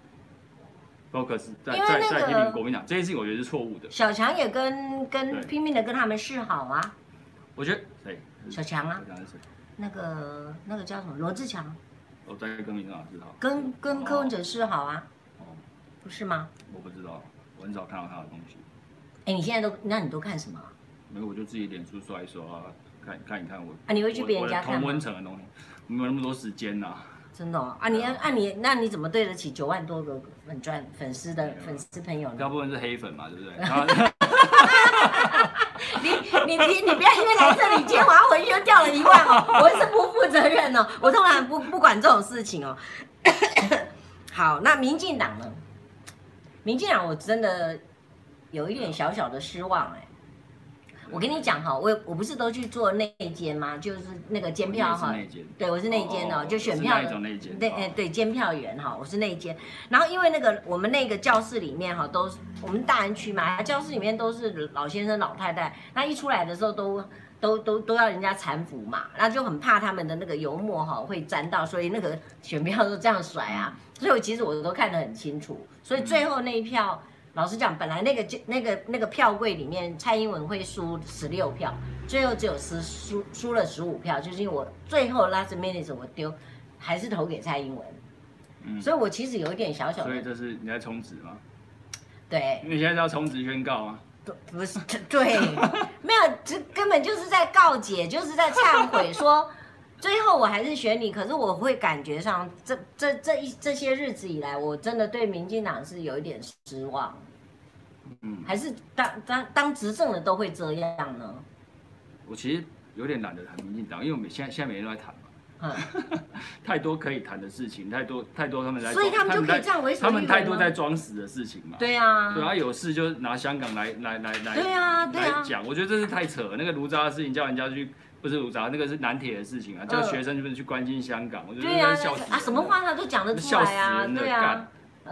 focus 在批评国民党这件事情，我觉得是错误的。 小强也拼命的跟他们示好啊。 我觉得谁？ 小强啊。 小强是谁？ 那个叫什么？罗志强。 我在跟民众党示好。 跟柯文哲示好啊。不是吗？ 我不知道，我很少看到他的东西。 你现在那你都看什么？ 没有，我就自己脸书刷一刷，看一看我。 你会去别人家看吗？ 同温层的东西，没有那么多时间呐。 真的哦，那你怎么对得起9万多个粉丝朋友呢？ 大部分是黑粉嘛，对不对？ 你不要因为来这里，今天晚上回去就掉了1万哦，我是不负责任哦，我通常不管这种事情哦。好，那民进党呢？民进党我真的有一点小小的失望哎。我跟你讲哈，我不是都去做内监吗？就是那个监票哈，对，我是内监的，就选票的，对，监票员哈，我是内监。然后因为我们那个教室里面哈，都是我们大安区嘛，教室里面都是老先生老太太，那一出来的时候都要人家搀扶嘛，然后就很怕他们的那个油墨哈会沾到，所以那个选票都这样甩啊，所以其实我都看得很清楚，所以最后那一票。老实讲，本来那个票柜里面，蔡英文会输16票，最后只有输了15票，就是因为我最后 last minute 我丢，还是投给蔡英文，所以我其实有一点小小的。 所以这是你在充值吗？ 对。 因为现在是要充值宣告啊。 不是，对，没有，这根本就是在告解，就是在忏悔说。最后我还是选你，可是我会感觉上这些日子以来，我真的对民进党是有一点失望。还是当执政的都会这样呢？ 我其实有点懒得谈民进党，因为我们现在每天都在谈嘛。太多可以谈的事情，太多他们在， 所以他们就可以这样为所欲为吗？ 他们太多在装死的事情嘛。 对啊。 对啊，有事就拿香港来对啊来讲，我觉得这是太扯了。那个卢渣的事情叫人家去。不是卢渣，那个是南铁的事情啊，叫学生就是去关心香港，我觉得对啊， 笑死什么话他都讲得出来啊，对啊。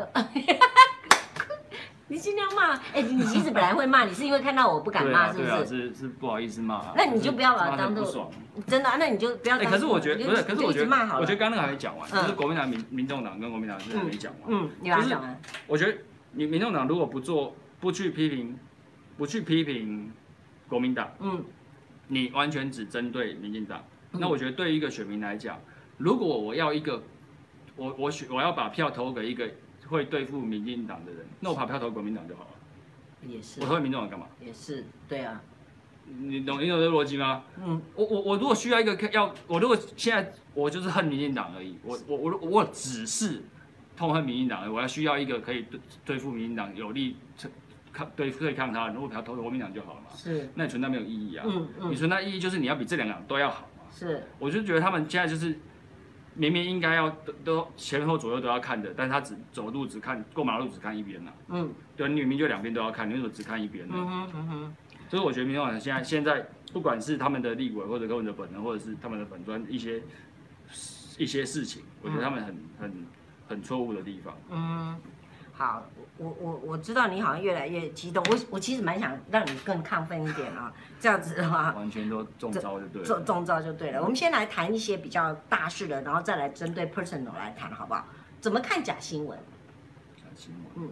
你尽量骂，你其实本来会骂，你是因为看到我不敢骂，是不是？ 对啊，是不好意思骂。 那你就不要把它当做真的，那你就不要。 可是我觉得不是，可是我觉得刚刚那个还没讲完，就是国民党、民众党跟国民党是没讲完。 你把它讲完。 我觉得你民众党如果不去批评国民党，你完全只针对民进党， 那我觉得对于一个选民来讲，如果我要一个我要把票投给一个会对付民进党的人，那我把票投国民党就好了。 也是， 我投给民众党干嘛？ 也是，对啊。 你懂这个逻辑吗？我如果需要一个我如果现在我就是恨民进党而已，我只是痛恨民进党而已，我要需要一个可以对付民进党有力对抗他，如果投国民党就好了嘛。 是， 那你存在没有意义啊。你存在意义就是你要比这两个党都要好嘛。 是， 我就觉得他们现在就是明明应该要都前后左右都要看的，但是他走路只看过马路只看一边呐。对，你明明就两边都要看，你为什么只看一边呢？所以我觉得民众党现在不管是他们的立委或者柯文哲本人，或者是他们的本专一些事情，我觉得他们很错误的地方。 好，我知道你好像越来越激动，我其实蛮想让你更亢奋一点啊，这样子的话， 完全都中招就对了。 中招就对了。我们先来谈一些比较大事的，然后再来针对 personal 来谈，好不好？怎么看假新闻？ 假新闻。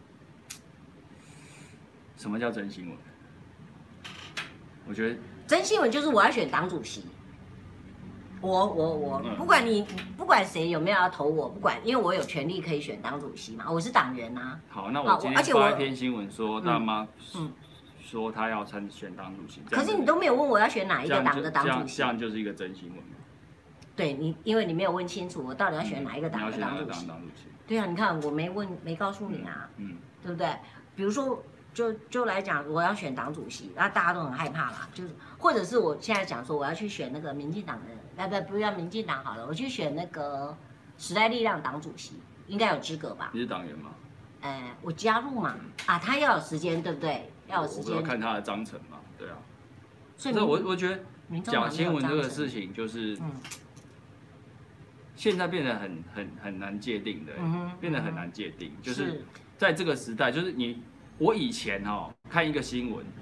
什么叫真新闻？我觉得真新闻就是我要选党主席，我不管谁有没有要投我，不管，因为我有权利可以选党主席嘛，我是党员啊。 好，那我今天发一篇新闻说大妈说她要选党主席， 可是你都没有问我要选哪一个党的党主席， 这样就是一个真新闻嘛？ 对你，因为你没有问清楚我到底要选哪一个党的党主席。对啊，你看我没告诉你啊，对不对？比如说。就来讲，我要选党主席，那大家都很害怕啦。就是，或者是我现在讲说我要去选那个民进党的，不要民进党好了，我去选那个时代力量党主席，应该有资格吧？ 你是党员吗？ 我加入嘛，他要有时间，对不对？要有时间。 我要看他的章程嘛，对啊。 所以我觉得假新闻这个事情就是，现在变得很难界定的，变得很难界定，就是在这个时代，就是我以前看一个新闻，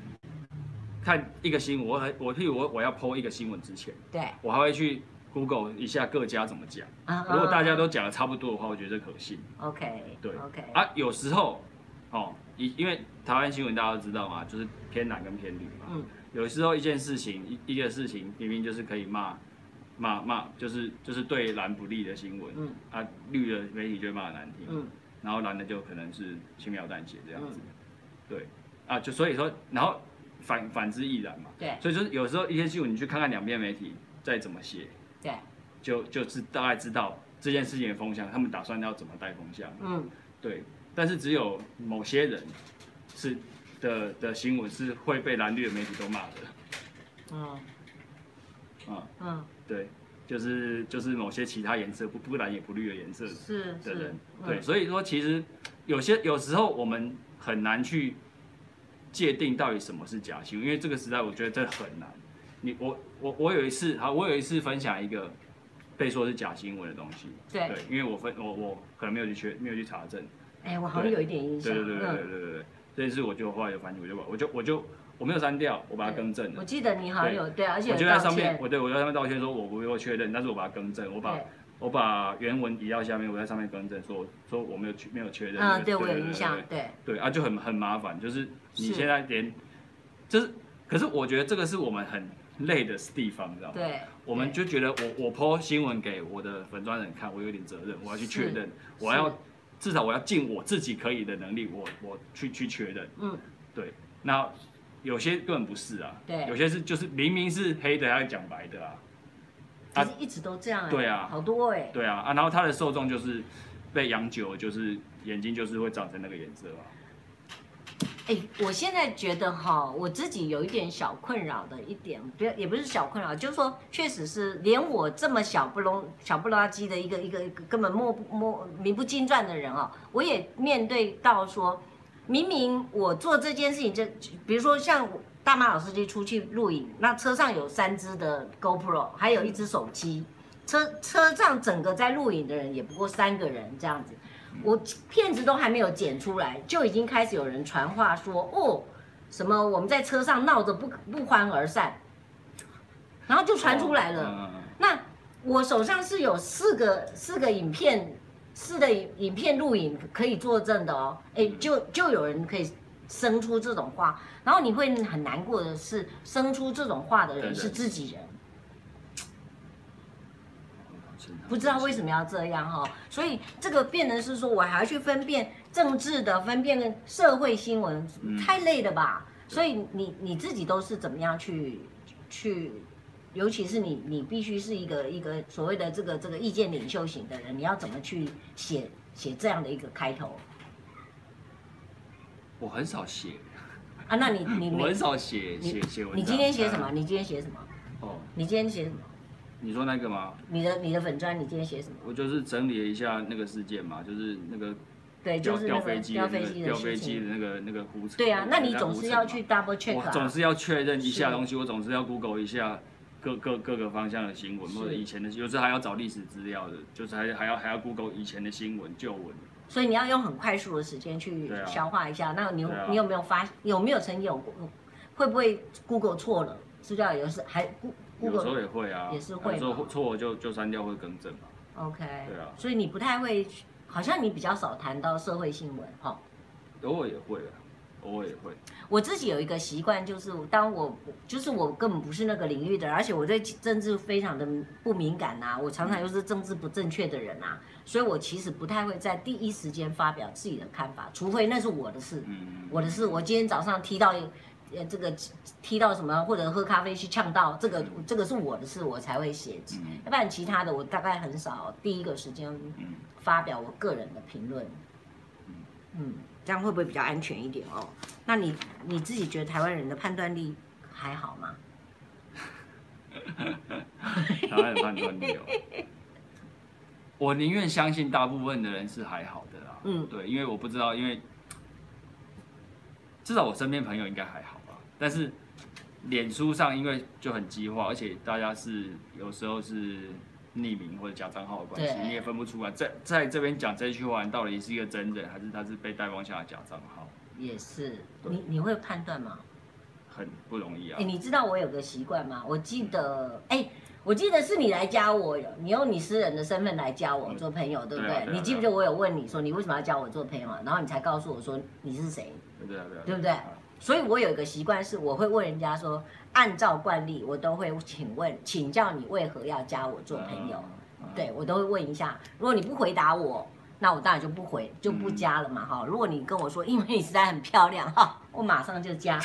我譬如我要 po 一个新闻之前， 对，我还会去 Google 一下各家怎么讲。如果大家都讲的差不多的话，我觉得可信。 OK， 对 ，OK。 有时候因为台湾新闻大家都知道嘛，就是偏蓝跟偏绿嘛。有时候一个事情明明就是可以骂，就是对蓝不利的新闻，绿的媒体就会骂得难听，然后蓝的就可能是轻描淡写这样子。对，所以说，然后反之亦然嘛。 对， 所以就是有时候一些新闻，你去看看两边媒体再怎么写， 对， 就是大概知道这件事情的风向，他们打算要怎么带风向。对。但是只有某些人的新闻是会被蓝绿的媒体都骂的。对，就是某些其他颜色不蓝也不绿的颜色的人。对，所以说其实有时候我们很难去界定到底什么是假新闻，因为这个时代我觉得真的很难。我有一次分享一个被说是假新闻的东西，对，因为我可能没有去查证， 我好像有一点印象， 对，这件事我就后来有反省，我没有删掉，我把它更正了。 我记得你好像有对，而且我就在上面，我在上面道歉说我不会确认，但是我把它更正，我把原文移到下面，我在上面更正说我没有确认。 对，我有印象， 对就很麻烦，就是你现在就是可是我觉得这个是我们很累的地方，你知道吗？ 对， 我们就觉得我 po 新闻给我的粉专人看，我有点责任，我要去确认，至少我要尽我自己可以的能力，我去确认。对，那有些根本不是啊， 对， 有些就是明明是黑的，还要讲白的啊。 其实一直都这样。 对啊， 好多对啊，然后他的受众就是被养久，就是眼睛就是会长成那个颜色啊。 我现在觉得我自己有一点小困扰的一点，也不是小困扰，就是说，确实是连我这么小不拉几的一个根本名不经传的人我也面对到说，明明我做这件事情，比如说像大马老司机出去录影，那车上有3只的 GoPro， 还有1只手机，车上整个在录影的人也不过3个人这样子。我片子都还没有剪出来，就已经开始有人传话说什么我们在车上闹着不欢而散，然后就传出来了。那我手上是有四个影片录影可以作证的就有人可以生出这种话，然后你会很难过的是，生出这种话的人是自己人。 不知道为什么要这样哈，所以这个变成是说我还要去分辨政治的，分辨社会新闻，太累了吧？所以你自己都是怎么样去，尤其是你必须是一个所谓的这个意见领袖型的人，你要怎么去写这样的一个开头？ 我很少写啊，那你我很少写文章。 你今天写什么？你今天写什么？ 哦， 你今天写什么？ 你说那个吗？ 你的粉专，你今天写什么？ 我就是整理了一下那个事件嘛，就是那个对，就是那个掉飞机的那个呼。 对啊，那你总是要去 double check 啊。 我总是要确认一下东西，我总是要 Google 一下各个方向的新闻，或者以前的，有时候还要找历史资料的，就是还要 Google 以前的新闻旧闻。 所以你要用很快速的时间去消化一下。那你有没有曾经有过，会不会 Google 错了？是不是有时还 Google 有时候也会啊， 也是会， 有时候错就删掉，会更正嘛。 OK， 对啊， 所以你不太会，好像你比较少谈到社会新闻哈。 偶尔也会啊，偶尔也会。 我自己有一个习惯，就是我根本不是那个领域的，而且我对政治非常的不敏感呐，我常常又是政治不正确的人呐，所以我其实不太会在第一时间发表自己的看法，除非那是我的事，我的事。我今天早上踢到什么，或者喝咖啡去呛到这个是我的事，我才会写，要不然其他的我大概很少第一个时间发表我个人的评论。这样会不会比较安全一点哦？那你自己觉得台湾人的判断力还好吗？ 台湾的判断力哦，我宁愿相信大部分的人是还好的啦。对，因为我不知道，因为至少我身边朋友应该还好吧。但是脸书上因为就很激化，而且大家是有时候是匿名或者假账号的关系，你也分不出来，在这边讲这句话，到底是一个真人，还是他是被带风向的假账号？也是，你会判断吗？ 很不容易啊。 你知道我有个习惯吗？我记得是你来加我，你用你私人的身份来加我做朋友，对不对？你记不记得我有问你说你为什么要加我做朋友啊？然后你才告诉我说你是谁，对不对？所以我有一个习惯是，我会问人家说，按照惯例，我都会请教你为何要加我做朋友，对我都会问一下。如果你不回答我，那我当然就不加了嘛哈。如果你跟我说，因为你实在很漂亮哈，我马上就加。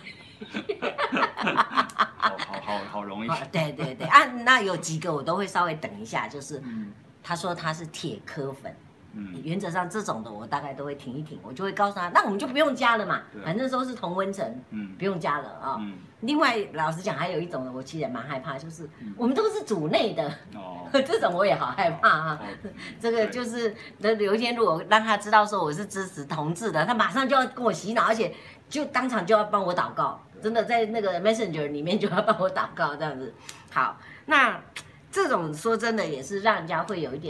好容易。 对啊，那有几个我都会稍微等一下，就是他说他是铁科粉。原则上这种的我大概都会停一停，我就会告诉他，那我们就不用加了嘛，反正都是同温层，不用加了啊。另外，老实讲，还有一种我其实也蛮害怕，就是我们都是组内的，这种我也好害怕啊。这个就是有一天如果让他知道说我是支持同志的，他马上就要跟我洗脑，而且就当场就要帮我祷告，真的在那个 Messenger 里面就要帮我祷告这样子。好，那这种说真的也是让人家会有一点。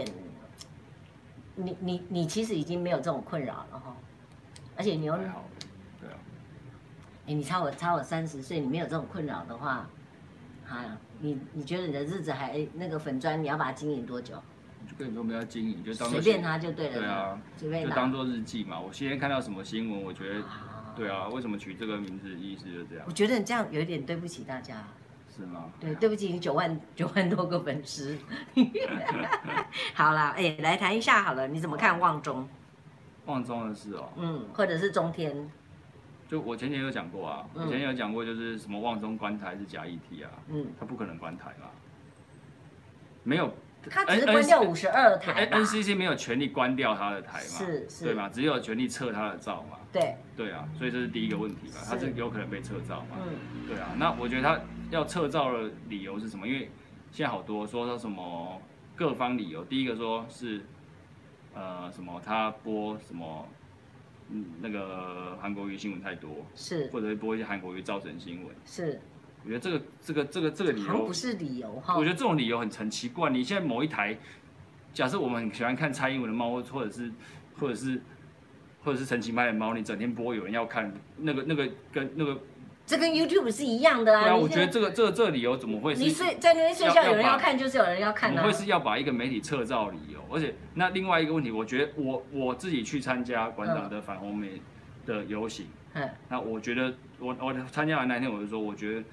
你其实已经没有这种困扰了哈，而且你又，对啊，你差我30岁，你没有这种困扰的话，你觉得你的日子还那个粉专你要把它经营多久？ 就跟你说没有经营，就当随便它就对了。 对啊，随便就当做日记嘛。我今天看到什么新闻，我觉得，对啊，为什么取这个名字意思就这样？ 我觉得你这样有一点对不起大家。 是吗？ 对，对不起，你9万多个粉丝。好啦，来谈一下好了，你怎么看旺中？ 旺中的事哦， 或者是中天。 就我前天有讲过啊，我前天有讲过，就是什么旺中关台是假议题啊，他不可能关台嘛，没有。 他只是关掉52台 NCC 没有权利关掉他的台嘛， 是， 对嘛？只有权利撤他的照嘛。对啊，所以这是第一个问题嘛，他是有可能被撤照嘛。对啊，那我觉得他要撤照的理由是什么？因为现在好多说什么各方理由，第一个说是什么他播什么那个韩国瑜新闻太多， 是， 或者播一些韩国瑜造成新闻， 是。 我觉得这个理由不是理由哈。 我觉得这种理由很奇怪。你现在某一台，假设我们很喜欢看蔡英文的猫，或者是陈其迈的猫，你整天播有人要看，那个跟那个， 这跟 YouTube 是一样的啊。 对啊，我觉得这个理由怎么会是？ 你在那边睡觉，有人要看就是有人要看啊。 怎么会是要把一个媒体撤照理由？而且那另外一个问题，我觉得我自己去参加馆长的反红媒的游行，那我觉得我参加完那天我就说，我觉得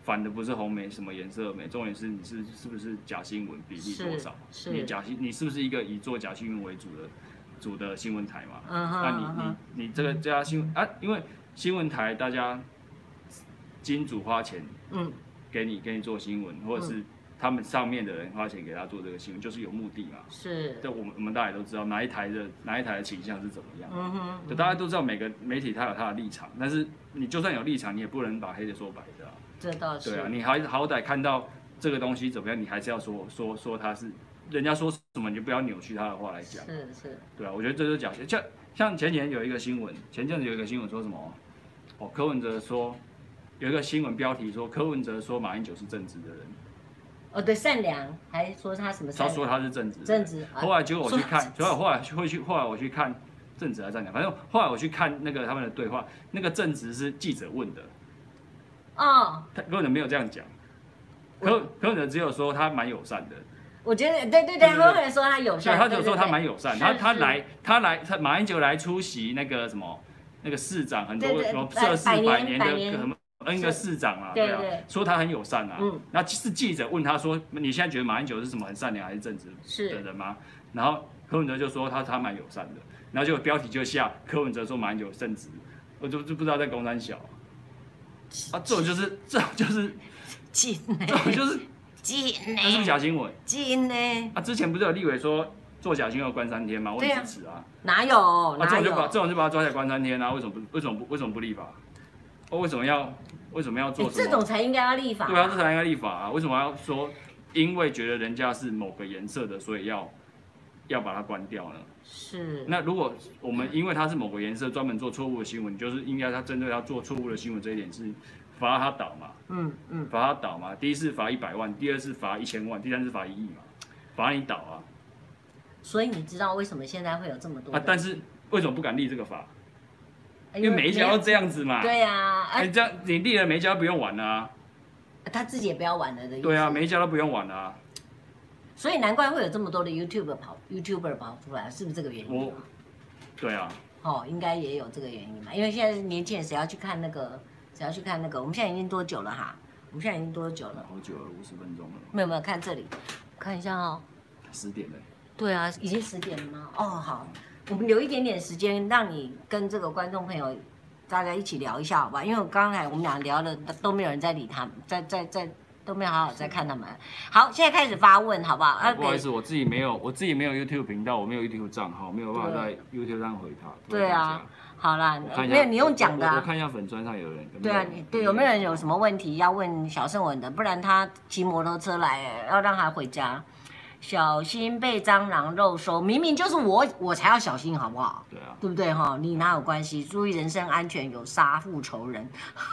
反的不是红梅什么颜色梅，重点是你是不是假新闻比例多少？ 是你是不是一个以做假新闻为主的新闻台嘛？那你这家新闻啊，因为新闻台大家金主花钱，给你做新闻，或者是他们上面的人花钱给他做这个新闻，就是有目的嘛。 是。 这我们大家也都知道哪一台的倾向是怎么样。就大家都知道每个媒体它有它的立场，但是你就算有立场，你也不能把黑的说白的啊。 这倒是。 对啊，你好歹看到这个东西怎么样，你还是要说它是人家说什么，你就不要扭曲他的话来讲。 是。对啊，我觉得这就是假新闻。像前阵子有一个新闻说什么？柯文哲说有一个新闻标题说柯文哲说马英九是正直的人。 对，善良，还说他什么？ 他说他是正直。 正直。 后来结果我去看，后来我去看正直还是善良，反正后来我去看那个他们的对话，那个正直是记者问的。他柯文哲没有这样讲，柯文哲只有说他蛮友善的。我觉得对，柯文哲说他友善， 对，他只有说他蛮友善。他马英九来出席那个什么那个市长很多什么涉世百年的什么。N 个市长啊，对啊，说他很友善啊，然后是记者问他说，你现在觉得马英九是什么很善良还是正直的人吗？然后柯文哲就说他蛮友善的，然后就标题就下柯文哲说马英九正直，我就不知道在公三小啊，这种就是禁， 那是不是假新闻？ 禁呢？ 啊，之前不是有立委说做假新闻关3天吗？我支持啊， 哪有？ 这种就把他抓起来关3天啊？为什么不立法？为什么要做什么？ 这种才应该要立法。 对啊，这才应该立法啊！为什么要说因为觉得人家是某个颜色的，所以要把它关掉呢？ 是。 那如果我们因为他是某个颜色，专门做错误的新闻，就是应该他针对他做错误的新闻这一点是罚他倒嘛？罚他倒嘛。第一次罚100万，第二次罚1000万，第三次罚1亿嘛，罚你倒啊！ 所以你知道为什么现在会有这么多？ 但是为什么不敢立这个法？因为每一家都这样子嘛。 对呀。 这样你立了，每一家都不用玩了啊。 他自己也不要玩了的意思。 对啊，每一家都不用玩了啊。 所以难怪会有这么多的 YouTuber 跑出来，是不是这个原因？ 对啊。 应该也有这个原因嘛。因为现在年轻人谁要去看那个？我们现在已经多久了哈？我们现在已经多久了？ 好久了，50分钟了。 没有，看这里，看一下哦。 10点了。 对啊，已经10点了吗？好。我们留一点点时间，让你跟这个观众朋友大家一起聊一下，好吧？因为刚才我们俩聊了，都没有人在理他们，都没有好好在看他们。好，现在开始发问，好不好？ 不好意思，我自己没有 YouTube 频道，我没有 YouTube 账号，没有办法在 YouTube 上回他。 对啊，好啦，没有你用讲的。 我看一下粉专上有人。 对啊，有没有人有什么问题要问小圣文的？不然他骑摩托车来，要让他回家。小心被蟑螂肉收，明明就是我才要小心，好不好？ 对啊， 对不对哈？你哪有关系？注意人身安全，有杀父仇人，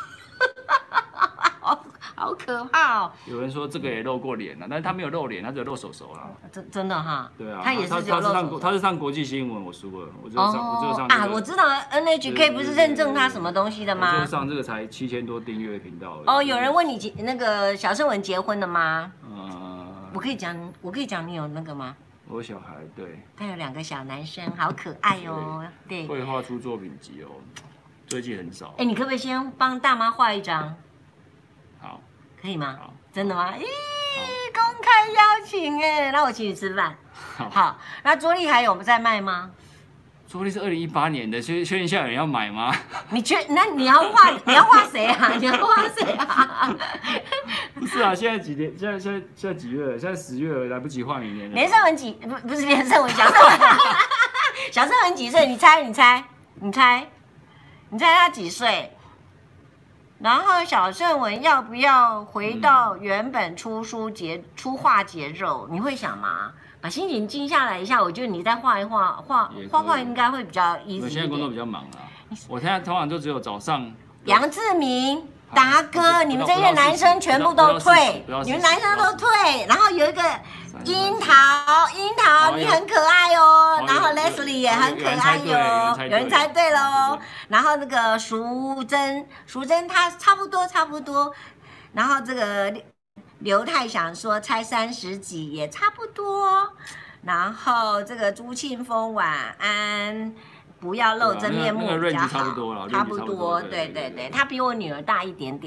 好可怕哦！ 有人说这个也露过脸了，但是他没有露脸，他只有露手啦。 真的哈？ 对啊， 他也是他是上国际新闻，我输了，我只有上啊， 我知道 NHK 不是认证他什么东西的吗？ 我就上这个才7000多订阅频道而已。 有人问你那个小圣文结婚了吗？我可以讲你有那个吗？ 我有小孩，对。 他有2个小男生，好可爱哦。对。 会画出作品集哦，最近很少。 你可不可以先帮大妈画一张？ 好。 可以吗？ 好。 真的吗？公开邀请那我请你吃饭。好。那桌历还有在卖吗？ 桌历是2018年的，确定现在有人要买吗？ 那你要画谁啊？你要画谁啊？ 不是啊，现在几天？现在几月了？现在10月了，来不及画明年了。 连胜文不是连胜文，小胜文，小胜文几岁？你猜他几岁？然后小圣文要不要回到原本出画节奏？你会想吗？把心情静下来一下，我觉得你再画一画应该会比较 easy 一点。 我现在工作比较忙啊，我现在通常就只有早上。 杨志明、达哥，你们这些男生全部都退，你们男生都退，然后有一个樱桃，你很可爱哦，然后 Leslie 也很可爱哟，有人猜对喽。然后那个淑珍她差不多，然后这个。刘太想说猜30几也差不多，然后这个朱庆峰晚安，不要露真面目比较好，差不多，对，他比我女儿大一点点，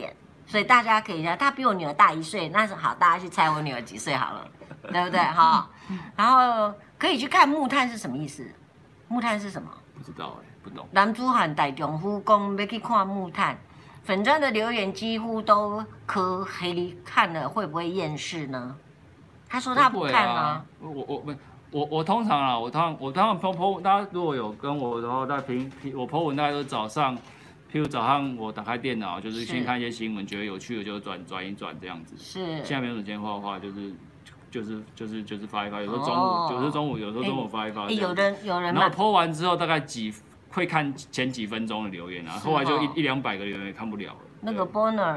所以大家可以他比我女儿大1岁，那是好，大家去猜我女儿几岁好了，对不对哈？然后可以去看木炭是什么意思？木炭是什么？ 不知道不懂。 男子汉大丈夫讲要去看木炭，粉砖的留言几乎都科黑，看了会不会厌世呢？他说他不看啊。 我通常啊，我通常 po 大家如果有跟我的话，在我 po 文大概都早上，譬如早上我打开电脑，就是先看一些新闻，觉得有趣的就转一转这样子。 是。 现在没有时间画，就是发一发，有时候中午，有时候中午发一发。 有人。 然后 po 完之后大概会看前几分钟的留言啊，后来就100-200个留言也看不了了。 那个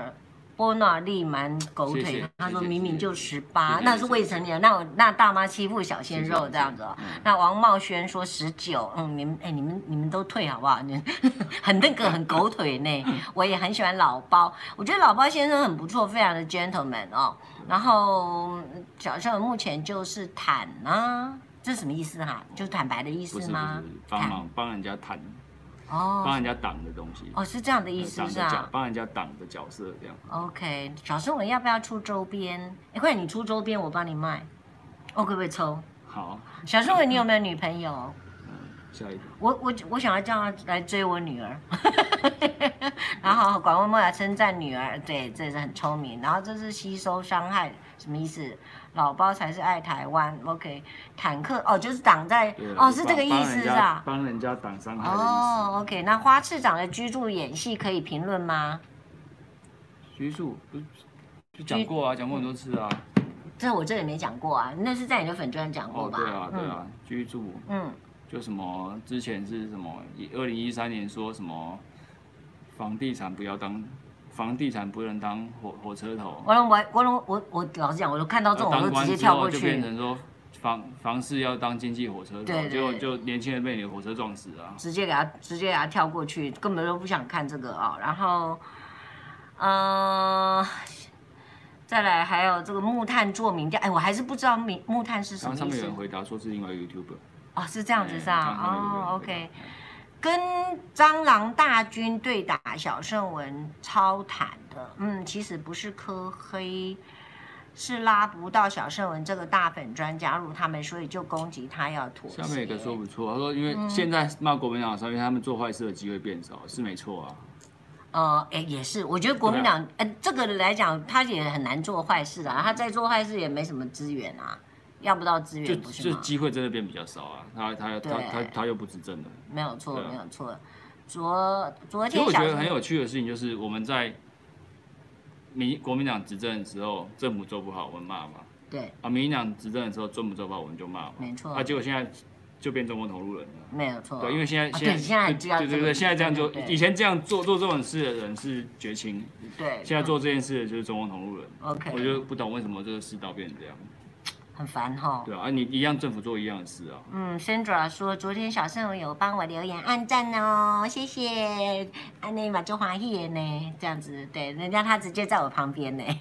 Bonner 力蛮狗腿，他说明明就18，那是未成年，那大妈欺负小鲜肉这样子。那王茂轩说19，你们都退好不好？很狗腿呢。我也很喜欢老包，我觉得老包先生很不错，非常的 gentleman 哦。然后小盛文目前就是坦啊，这是什么意思哈？就是坦白的意思吗？ 不是，帮人家坦。帮人家挡的东西是这样的意思是啊， 帮人家挡的角色这样。 OK， 小盛文要不要出周边？快点你出周边，我帮你卖。可不可以抽？ 好。 小盛文，你有没有女朋友？ 下一题。 我想要叫他来追我女儿，然后管问莫雅称赞女儿，对，这是很聪明。然后这是吸收伤害，什么意思？老包才是爱台湾 ，OK？ 坦克就是挡在是这个意思是吧？ 帮人家挡伤害的意思。OK， 那花次长的居住演戏可以评论吗？ 居住就讲过啊，讲过很多次啊。 这我这里没讲过啊，那是在你的粉专讲过吧？ 对啊，居住，就什么之前是什么2013年说什么房地产不能当火车头。我老实讲，我都看到这种我都直接跳过去。 就变成说房市要当经济火车头，结果就年轻人被你的火车撞死啊！ 直接给他跳过去，根本都不想看这个啊。然后，再来还有这个木炭做民调，我还是不知道木炭是什么意思。 上面有人回答说是另外一个 YouTuber。 是这样子是吧？OK。跟蟑螂大军对打，小盛文超坦的，其实不是科黑，是拉不到小盛文这个大粉专加入他们，所以就攻击他要妥协。 下面有个说不错，他说因为现在骂国民党上面他们做坏事的机会变少，是没错啊。也是，我觉得国民党，这个来讲，他也很难做坏事啊，他在做坏事也没什么资源啊。要不到资源不是吗？ 就机会真的变比较少啊，他又不执政了。 没有错。昨天我觉得很有趣的事情就是我们在国民党执政的时候，政府做不好我们骂嘛。 对。 民进党执政的时候政府做不好我们就骂嘛。 没错。 结果现在就变中共同路人了。 没有错。 对，因为现在对，现在这样就以前这样做这种事的人是绝亲。 对。 现在做这件事的就是中共同路人。 OK。 我就不懂为什么这个世道变成这样。 很烦哈。 对啊，你一样政府做一样的事啊。 Sandra 说昨天小盛文有帮我留言按赞哦，谢谢。安内嘛就欢喜呢，这样子对，人家他直接在我旁边呢。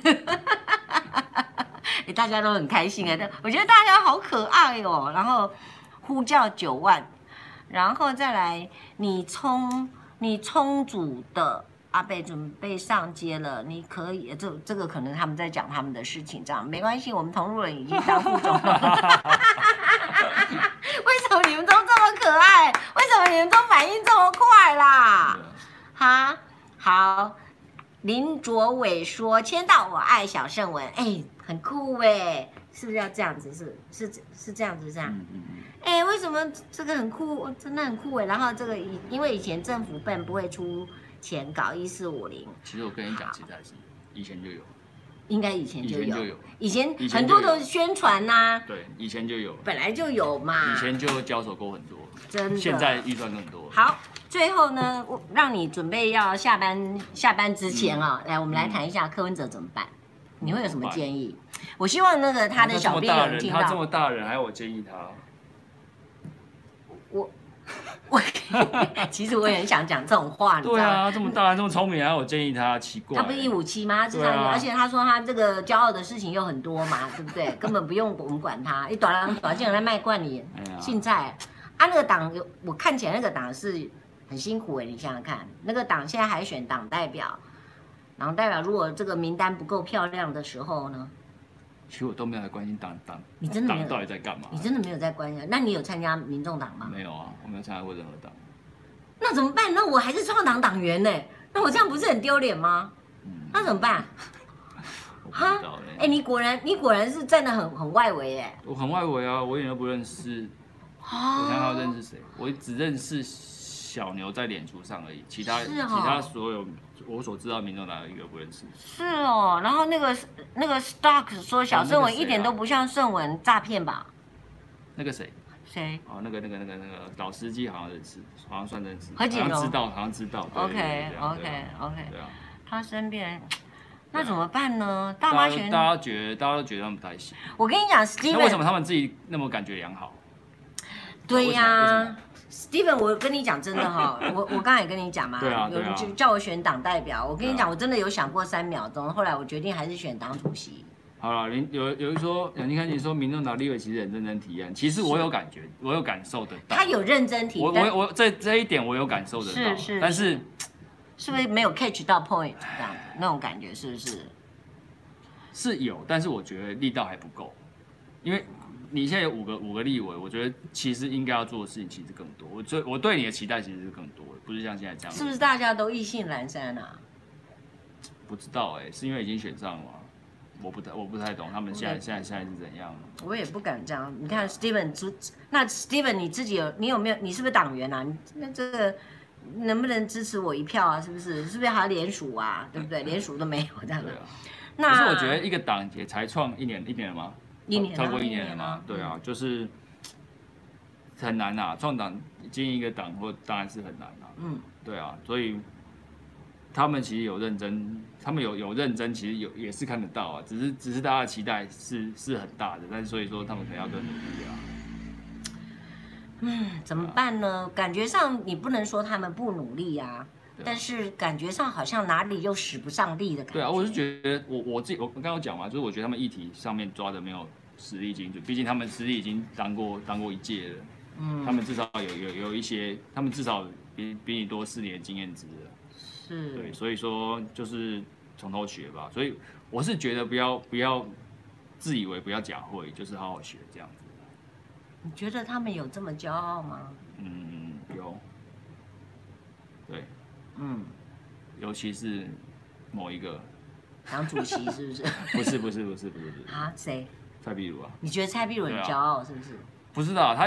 大家都很开心啊，我觉得大家好可爱哦。然后呼叫9万，然后再来你充足的。阿贝准备上街了，你可以，这个可能他们在讲他们的事情，这样没关系，我们同路人已经当副总了。为什么你们都这么可爱？为什么你们都反应这么快啦？好，林卓伟说签到我爱小盛文，很酷是不是要这样子？是这样子这样？为什么这个很酷？真的很酷然后这个因为以前政府本不会出。前搞1450， 其实我跟你讲，其实还是以前就有， 应该以前就有，以前很多的宣传呐， 对，以前就有， 本来就有嘛， 以前就交手过很多， 真的， 现在预算更多。 好，最后呢，我让你准备要下班之前来，我们来谈一下柯文哲怎么办？你会有什么建议？我希望那个他的小编有人听到， 他这么大人，还要我建议他？ 我其实我也很想讲这种话，你知道吗？ 对啊，这么大人这么聪明，还要我建议他，奇怪。 他不是157吗？而且他说他这个骄傲的事情又很多嘛，对不对？根本不用我们管他。一短进来卖冠脸，现在那个党我看起来那个党是很辛苦你想想看，那个党现在还选党代表， 然后代表如果这个名单不够漂亮的时候呢？ 其实我都没有在关心你真的没有党到底在干嘛？ 你真的没有在关心？那你有参加民众党吗？ 没有啊，我没有参加过任何党。 那怎么办？那我还是创党党员呢？那我这样不是很丢脸吗？那怎么办？ 哈？ 哎，你果然是站得很外围哎。 我很外围啊，我一点都不认识。我想要认识谁？我只认识小牛在脸书上而已，其他所有我所知道的民众党一个不认识。 是哦，然后那个 Stock 说小盛文一点都不像盛文诈骗吧？ 那个谁？ 谁？ 哦，那个老司机好像认识，好像算认识， 何锦荣好像知道。 OK， 对啊， 他身边。那怎么办呢？大家都觉得他们不太行。 我跟你讲 ，Steven， 那为什么他们自己那么感觉良好？ 对呀 ，Steven， 我跟你讲真的哈，我刚才也跟你讲嘛，有人就叫我选党代表，我跟你讲，我真的有想过3秒钟，后来我决定还是选党主席。 好了，有人说，你看你说民众党立委其实很认真提案，其实我有感觉，我有感受得到， 他有认真提， 我这一点我有感受得到，但是。 是不是没有 catch 到 point 这样子那种感觉？是不是？ 是有，但是我觉得力道还不够，因为你现在有五个立委，我觉得其实应该要做的事情其实更多。我对你的期待其实是更多的，不是像现在这样。 是不是大家都意兴阑珊啊？不知道是因为已经选上了吗？我不太懂他们现在是怎样。 我也不敢这样。你看 Steven， 那 Steven 你自己你有没有？你是不是党员啊？那这个。能不能支持我1票啊？是不是？是不是还要联署啊？对不对？联署都没有这样的。 那可是我觉得一个党也才创一年了吗？1年超过1年了吗？对啊，就是很难啊。创党经营一个党当然是很难啊。对啊，所以他们其实有认真，他们有认真，其实也是看得到啊。只是大家的期待是很大的，但是所以说他们可能要更努力啊。 怎么办呢？感觉上你不能说他们不努力啊，但是感觉上好像哪里又使不上力的感觉。 对啊，我是觉得我自己我刚刚讲嘛，就是我觉得他们议题上面抓的没有实力精准，毕竟他们实力已经当过1届了，他们至少有一些，他们至少比你多4年的经验值了。 是。 对，所以说就是从头学吧。所以我是觉得不要自以为，不要假会，就是好好学这样子。 你觉得他们有这么骄傲吗？ 有。对。尤其是某一个党主席是不是？ 不是。 啊，谁？ 蔡壁如啊。 你觉得蔡壁如很骄傲是不是？ 不知道他，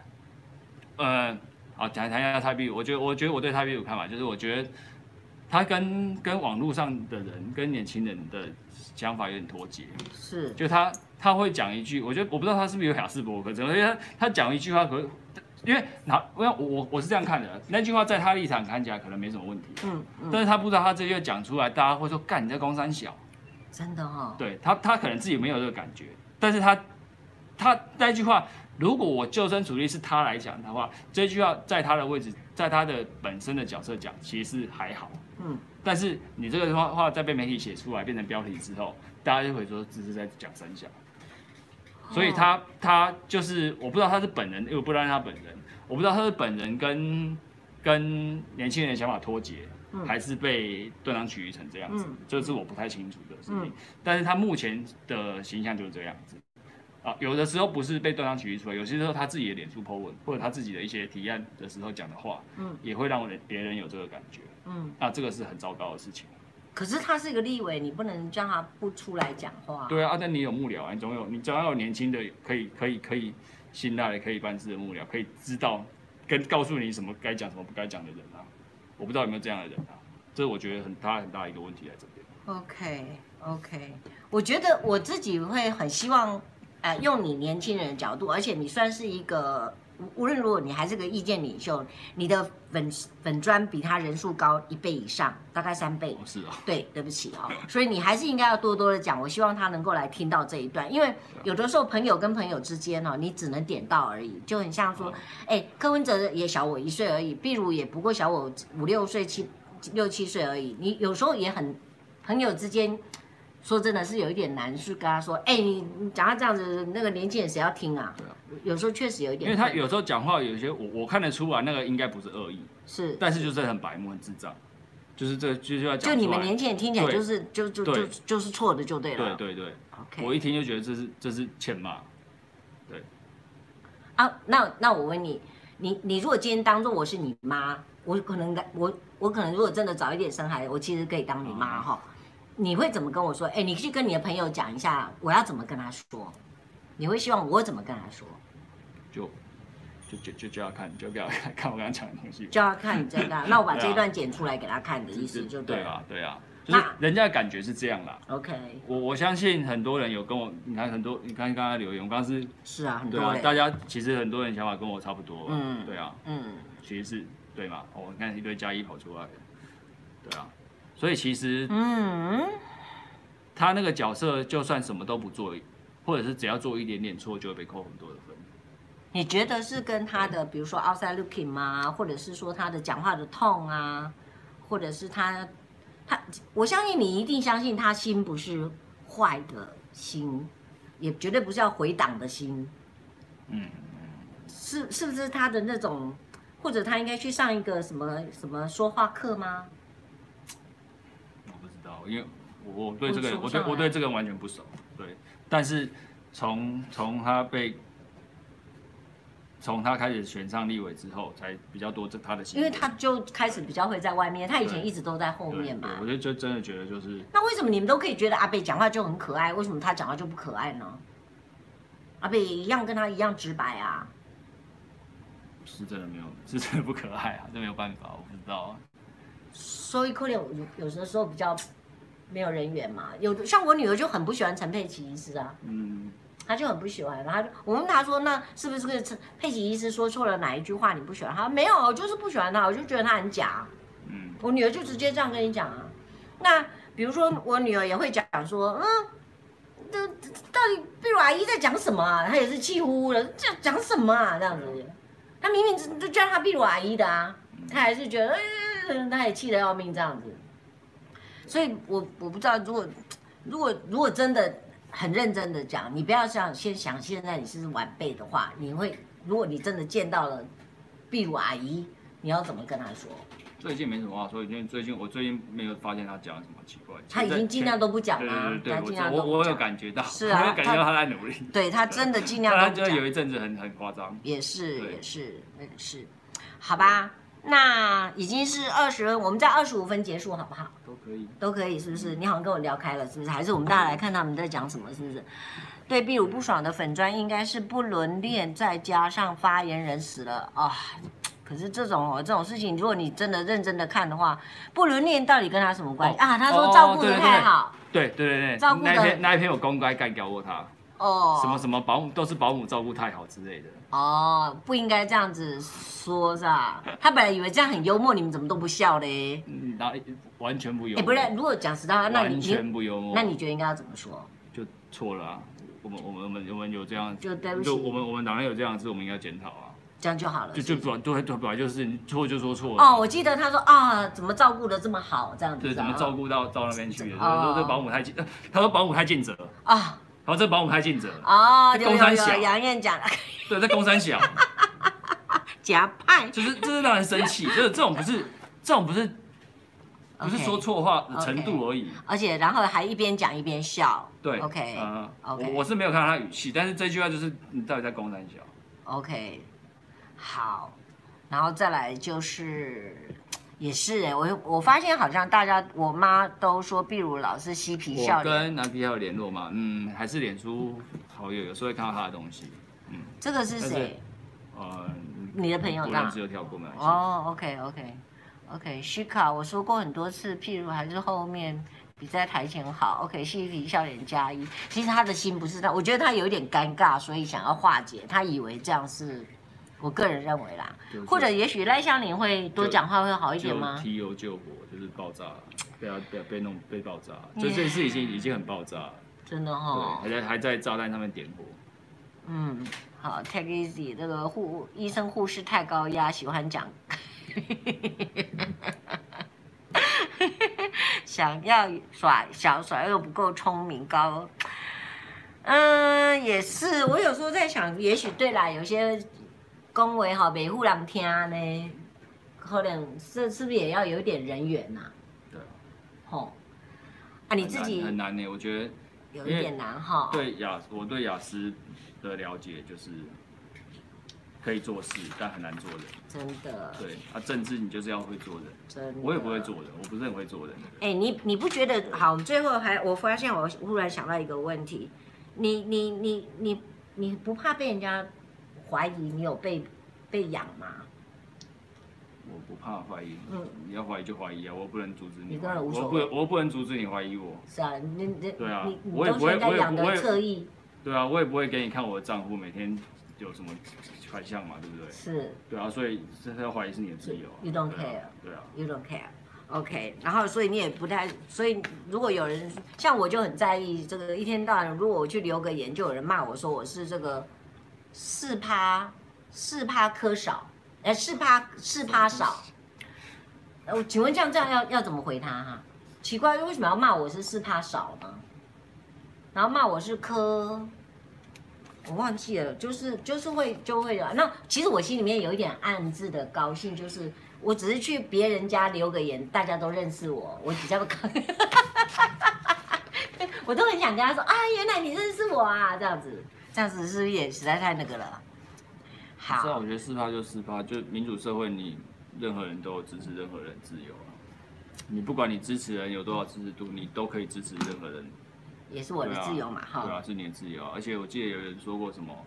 好讲一下蔡壁如。我觉得我对蔡壁如看法就是，我觉得他跟网络上的人跟年轻人的想法有点脱节。 是。 就他会讲一句，我不知道他是不是有雅斯伯格症，因为他讲一句话因为我是这样看的，那句话在他立场看起来可能没什么问题，但是他不知道他这句讲出来，大家会说干你在公三小， 真的哦。 对他可能自己没有这个感觉，但是他那句话，如果我就身处地是他来讲的话，这句话在他的位置，在他的本身的角色讲，其实还好，但是你这个话在被媒体写出来变成标题之后，大家就会说这是在讲三小。所以他就是我不知道他是本人，因为我不认识他本人，我不知道他是本人跟年轻人的想法脱节，还是被断章取义成这样子，这是我不太清楚的事情。但是他目前的形象就是这样子啊，有的时候不是被断章取义出来，有些时候他自己的脸书 po 文或者他自己的一些提案的时候讲的话，也会让别人有这个感觉，那这个是很糟糕的事情。 可是他是一个立委，你不能叫他不出来讲话。 对啊，但你有幕僚啊，你总要有年轻的可以信赖的、可以办事的幕僚，可以知道告诉你什么该讲、什么不该讲的人啊。我不知道有没有这样的人啊，这我觉得很大一个问题在这边。 OK， 我觉得我自己会很希望，用你年轻人的角度，而且你算是一个。无论如何，你还是个意见领袖，你的粉专比他人数高1倍以上，大概3倍。 是啊。 对，对不起哦，所以你还是应该要多多的讲。我希望他能够来听到这一段，因为有的时候朋友跟朋友之间哦，你只能点到而已，就很像说，柯文哲也小我1岁而已，壁如也不过小我5、6岁、6、7岁而已。你有时候也很朋友之间。说真的是有一点难，是跟他说，你讲他这样子，那个年轻人谁要听啊？对啊，有时候确实有一点。 因为他有时候讲话有些我看得出来，那个应该不是恶意， 是， 但是就是很白目、很智障。 就是这个就要讲出来。 就你们年轻人听起来就是对就是错的就对了。 对。 OK。 我一听就觉得这是欠骂。对。 啊，那我问你，你如果今天当做我是你妈，我可能如果真的早一点生孩子，我其实可以当你妈哈。你会怎么跟我说？哎，你去跟你的朋友讲一下，我要怎么跟他说？你会希望我怎么跟他说？ 就要看，就不要看我刚刚讲的东西。 就要看你这个，那我把这一段剪出来给他看的意思就对了。 对啊，就是人家的感觉是这样啦。 OK。 我相信很多人有跟我，你看你看刚刚留言，我刚刚是啊，很多对啊，大家其实很多人想法跟我差不多。对啊，其实是对嘛？你看一堆加一跑出来，对啊，所以其实他那个角色就算什么都不做，或者是只要做一点点错，就会被扣很多的分。 你觉得是跟他的，比如说 outside looking 吗？或者是说他的讲话的痛啊，或者是他，我相信你一定相信他心不是坏的心，也绝对不是要回档的心。是不是他的那种，或者他应该去上一个什么说话课吗？ 我不知道，因为我对这个我对这个完全不熟。对，但是从他开始选上立委之后，才比较多他的新闻。 因为他就开始比较会在外面，他以前一直都在后面嘛。 我就真的觉得就是。 那为什么你们都可以觉得阿北讲话就很可爱，为什么他讲话就不可爱呢？阿北也一样跟他一样直白啊。 是真的没有，是真的不可爱啊，这没有办法，我不知道啊。 所以可能有的时候比较没有人缘嘛，像我女儿就很不喜欢陈佩琪医师啊。他就很不喜欢，然后我问他说：“那是不是佩奇医师说错了哪一句话你不喜欢？”他说：“没有，我就是不喜欢他，我就觉得他很假。”我女儿就直接这样跟你讲啊。那比如说我女儿也会讲说：“这到底碧如阿姨在讲什么啊？”她也是气呼呼的，讲什么啊？这样子，她明明就叫她碧如阿姨的啊，她还是觉得，她也气得要命这样子。所以我不知道，如果真的。很认真的讲，你不要先想现在你是晚辈的话，如果你真的见到了碧如阿姨，你要怎么跟她说？ 最近没什么话说，因为我最近没有发现她讲什么奇怪。 她已经尽量都不讲啦， 对，我有感觉到， 是啊， 我有感觉到她在努力。 对，她真的尽量都不讲。 她就有一阵子很夸张。 也是，好吧。那已经是20，我们在25分结束好不好？都可以，是不是？你好像跟我聊开了，是不是？还是我们大家来看他们在讲什么，是不是？对碧如不爽的粉专应该是不伦恋，再加上发言人死了啊。可是这种事情，如果你真的认真的看的话，不伦恋到底跟他什么关系啊？他说照顾得太好， 对，照顾的那一篇我公开干掉过他。什么保姆都是保姆照顾太好之类的。 不应该这样子说是吧？他本来以为这样很幽默，你们怎么都不笑嘞？ 完全不幽默。 不是，如果讲实在话，那你完全不幽默。 那你觉得应该要怎么说？ 就错了啊！我们有这样， 就对不起。 我们党内有这样子，我们应该检讨啊。 这样就好了。 本来就是错就说错了。 我记得他说啊，怎么照顾得这么好，这样子。 对，怎么照顾到那边去的？说这保姆太尽，他说保姆太尽责啊。然后这保姆太尽责公三小， 杨燕讲了， 对，在公三小夹派， 就是让人生气，就是这种不是说错话的程度而已， 而且然后还一边讲一边笑， 对 ，OK， 我是没有看到他语气，但是这句话就是你到底在公三小 ，OK， 好，然后再来就是。也是我发现好像我妈都说碧如老是嬉皮笑脸。 我跟南皮还有联络嘛，还是脸书好友，有时候会看到他的东西， 这个是谁？你的朋友啦？只有跳过没关系。OK，徐卡，我说过很多次，譬如还是后面比在台前好。OK， 嬉皮笑脸加1。其实他的心不是我觉得他有一点尴尬，所以想要化解，他以为这样是。我个人认为啦，或者也许赖香伶会多讲话会好一点吗？ 提油救火就是爆炸，被爆炸，这件事已经很爆炸了， 真的哈。 对，还在炸弹上面点火。 好 ，take easy， 这个医生护士太高压，喜欢讲，想要小耍又不够聪明高。也是，我有时候在想，也许对啦，有些。恭维哈，每户人听呢，可能是不是也要有一点人缘呐？ 吼。啊，你自己很难呢，我觉得有一点难哈。 我对雅思的了解就是可以做事，但很难做人。 真的。 对啊，政治你就是要会做人。 真的。 我也不会做人，我不是很会做人的。 哎，你不觉得好？最后我发现我忽然想到一个问题，你不怕被人家怀疑你有被养吗？ 我不怕怀疑，你要怀疑就怀疑啊，我不能阻止你。 你当然无所谓， 我不能阻止你怀疑我。 是啊， 对啊， 我也不会， 对啊，我也不会给你看我的账户每天有什么款项嘛，对不对？ 是。 对啊，所以这要怀疑是你的自由。 You don't care。 对啊。 You don't care。OK， 然后所以你也不太，所以如果有人像我就很在意这个，一天到晚如果我去留个言，就有人骂我说我是这个4%科少。4%少，请问这样要怎么回他哈？奇怪，为什么要骂我是4%少呢？然后骂我是科，我忘记了，就是会有。那其实我心里面有一点暗自的高兴，就是我只是去别人家留个言，大家都认识我，我比较高，我都很想跟他说啊，原来你认识我啊，这样子是不是也实在太那个了？ 是啊，我觉得4%就4%，就民主社会，你任何人都有支持任何人自由啊。你不管你支持人有多少支持度，你都可以支持任何人， 也是我的自由嘛，哈。 对啊，是你的自由啊。而且我记得有人说过什么，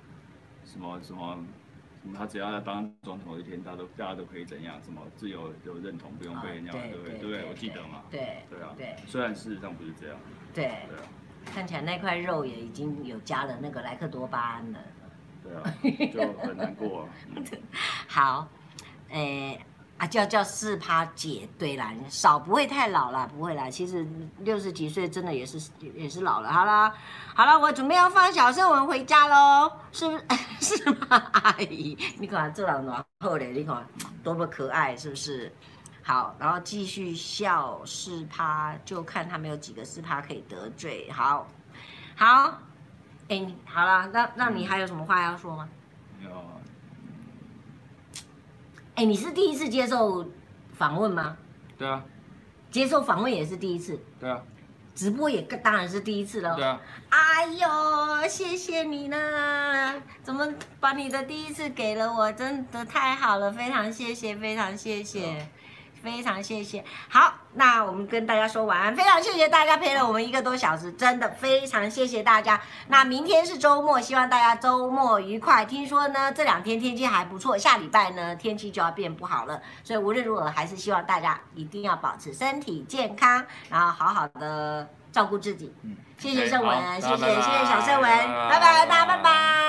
他只要在当总统一天，大家都可以怎样，什么自由有认同，不用被人家，对不对？我记得嘛。 对啊。 虽然事实上不是这样。 对啊。看起来那块肉也已经有加了那个莱克多巴胺了。 对啊，就很难过啊。 好，叫4%姐，对啦，少不会太老啦，不会啦。其实60几岁真的也是老了。好了，我准备要放小圣文回家喽，是不是？是吗，阿姨？你看这人多好嘞，你看多么可爱，是不是？好，然后继续笑4%，就看他们有几个4%可以得罪。好。好了，那你还有什么话要说吗？ 有。 你是第一次接受访问吗？ 对啊。 接受访问也是第一次。 对啊。 直播也当然是第一次了。 对啊。 哎呦，谢谢你呢！怎么把你的第一次给了我？真的太好了，非常谢谢，非常谢谢。非常谢谢。好，那我们跟大家说晚安。非常谢谢大家陪了我们1个多小时，真的非常谢谢大家。那明天是周末，希望大家周末愉快。听说呢这2天天气还不错，下礼拜呢天气就要变不好了，所以无论如何还是希望大家一定要保持身体健康，然后好好的照顾自己。谢谢圣文，谢谢小圣文，拜拜，大家拜拜。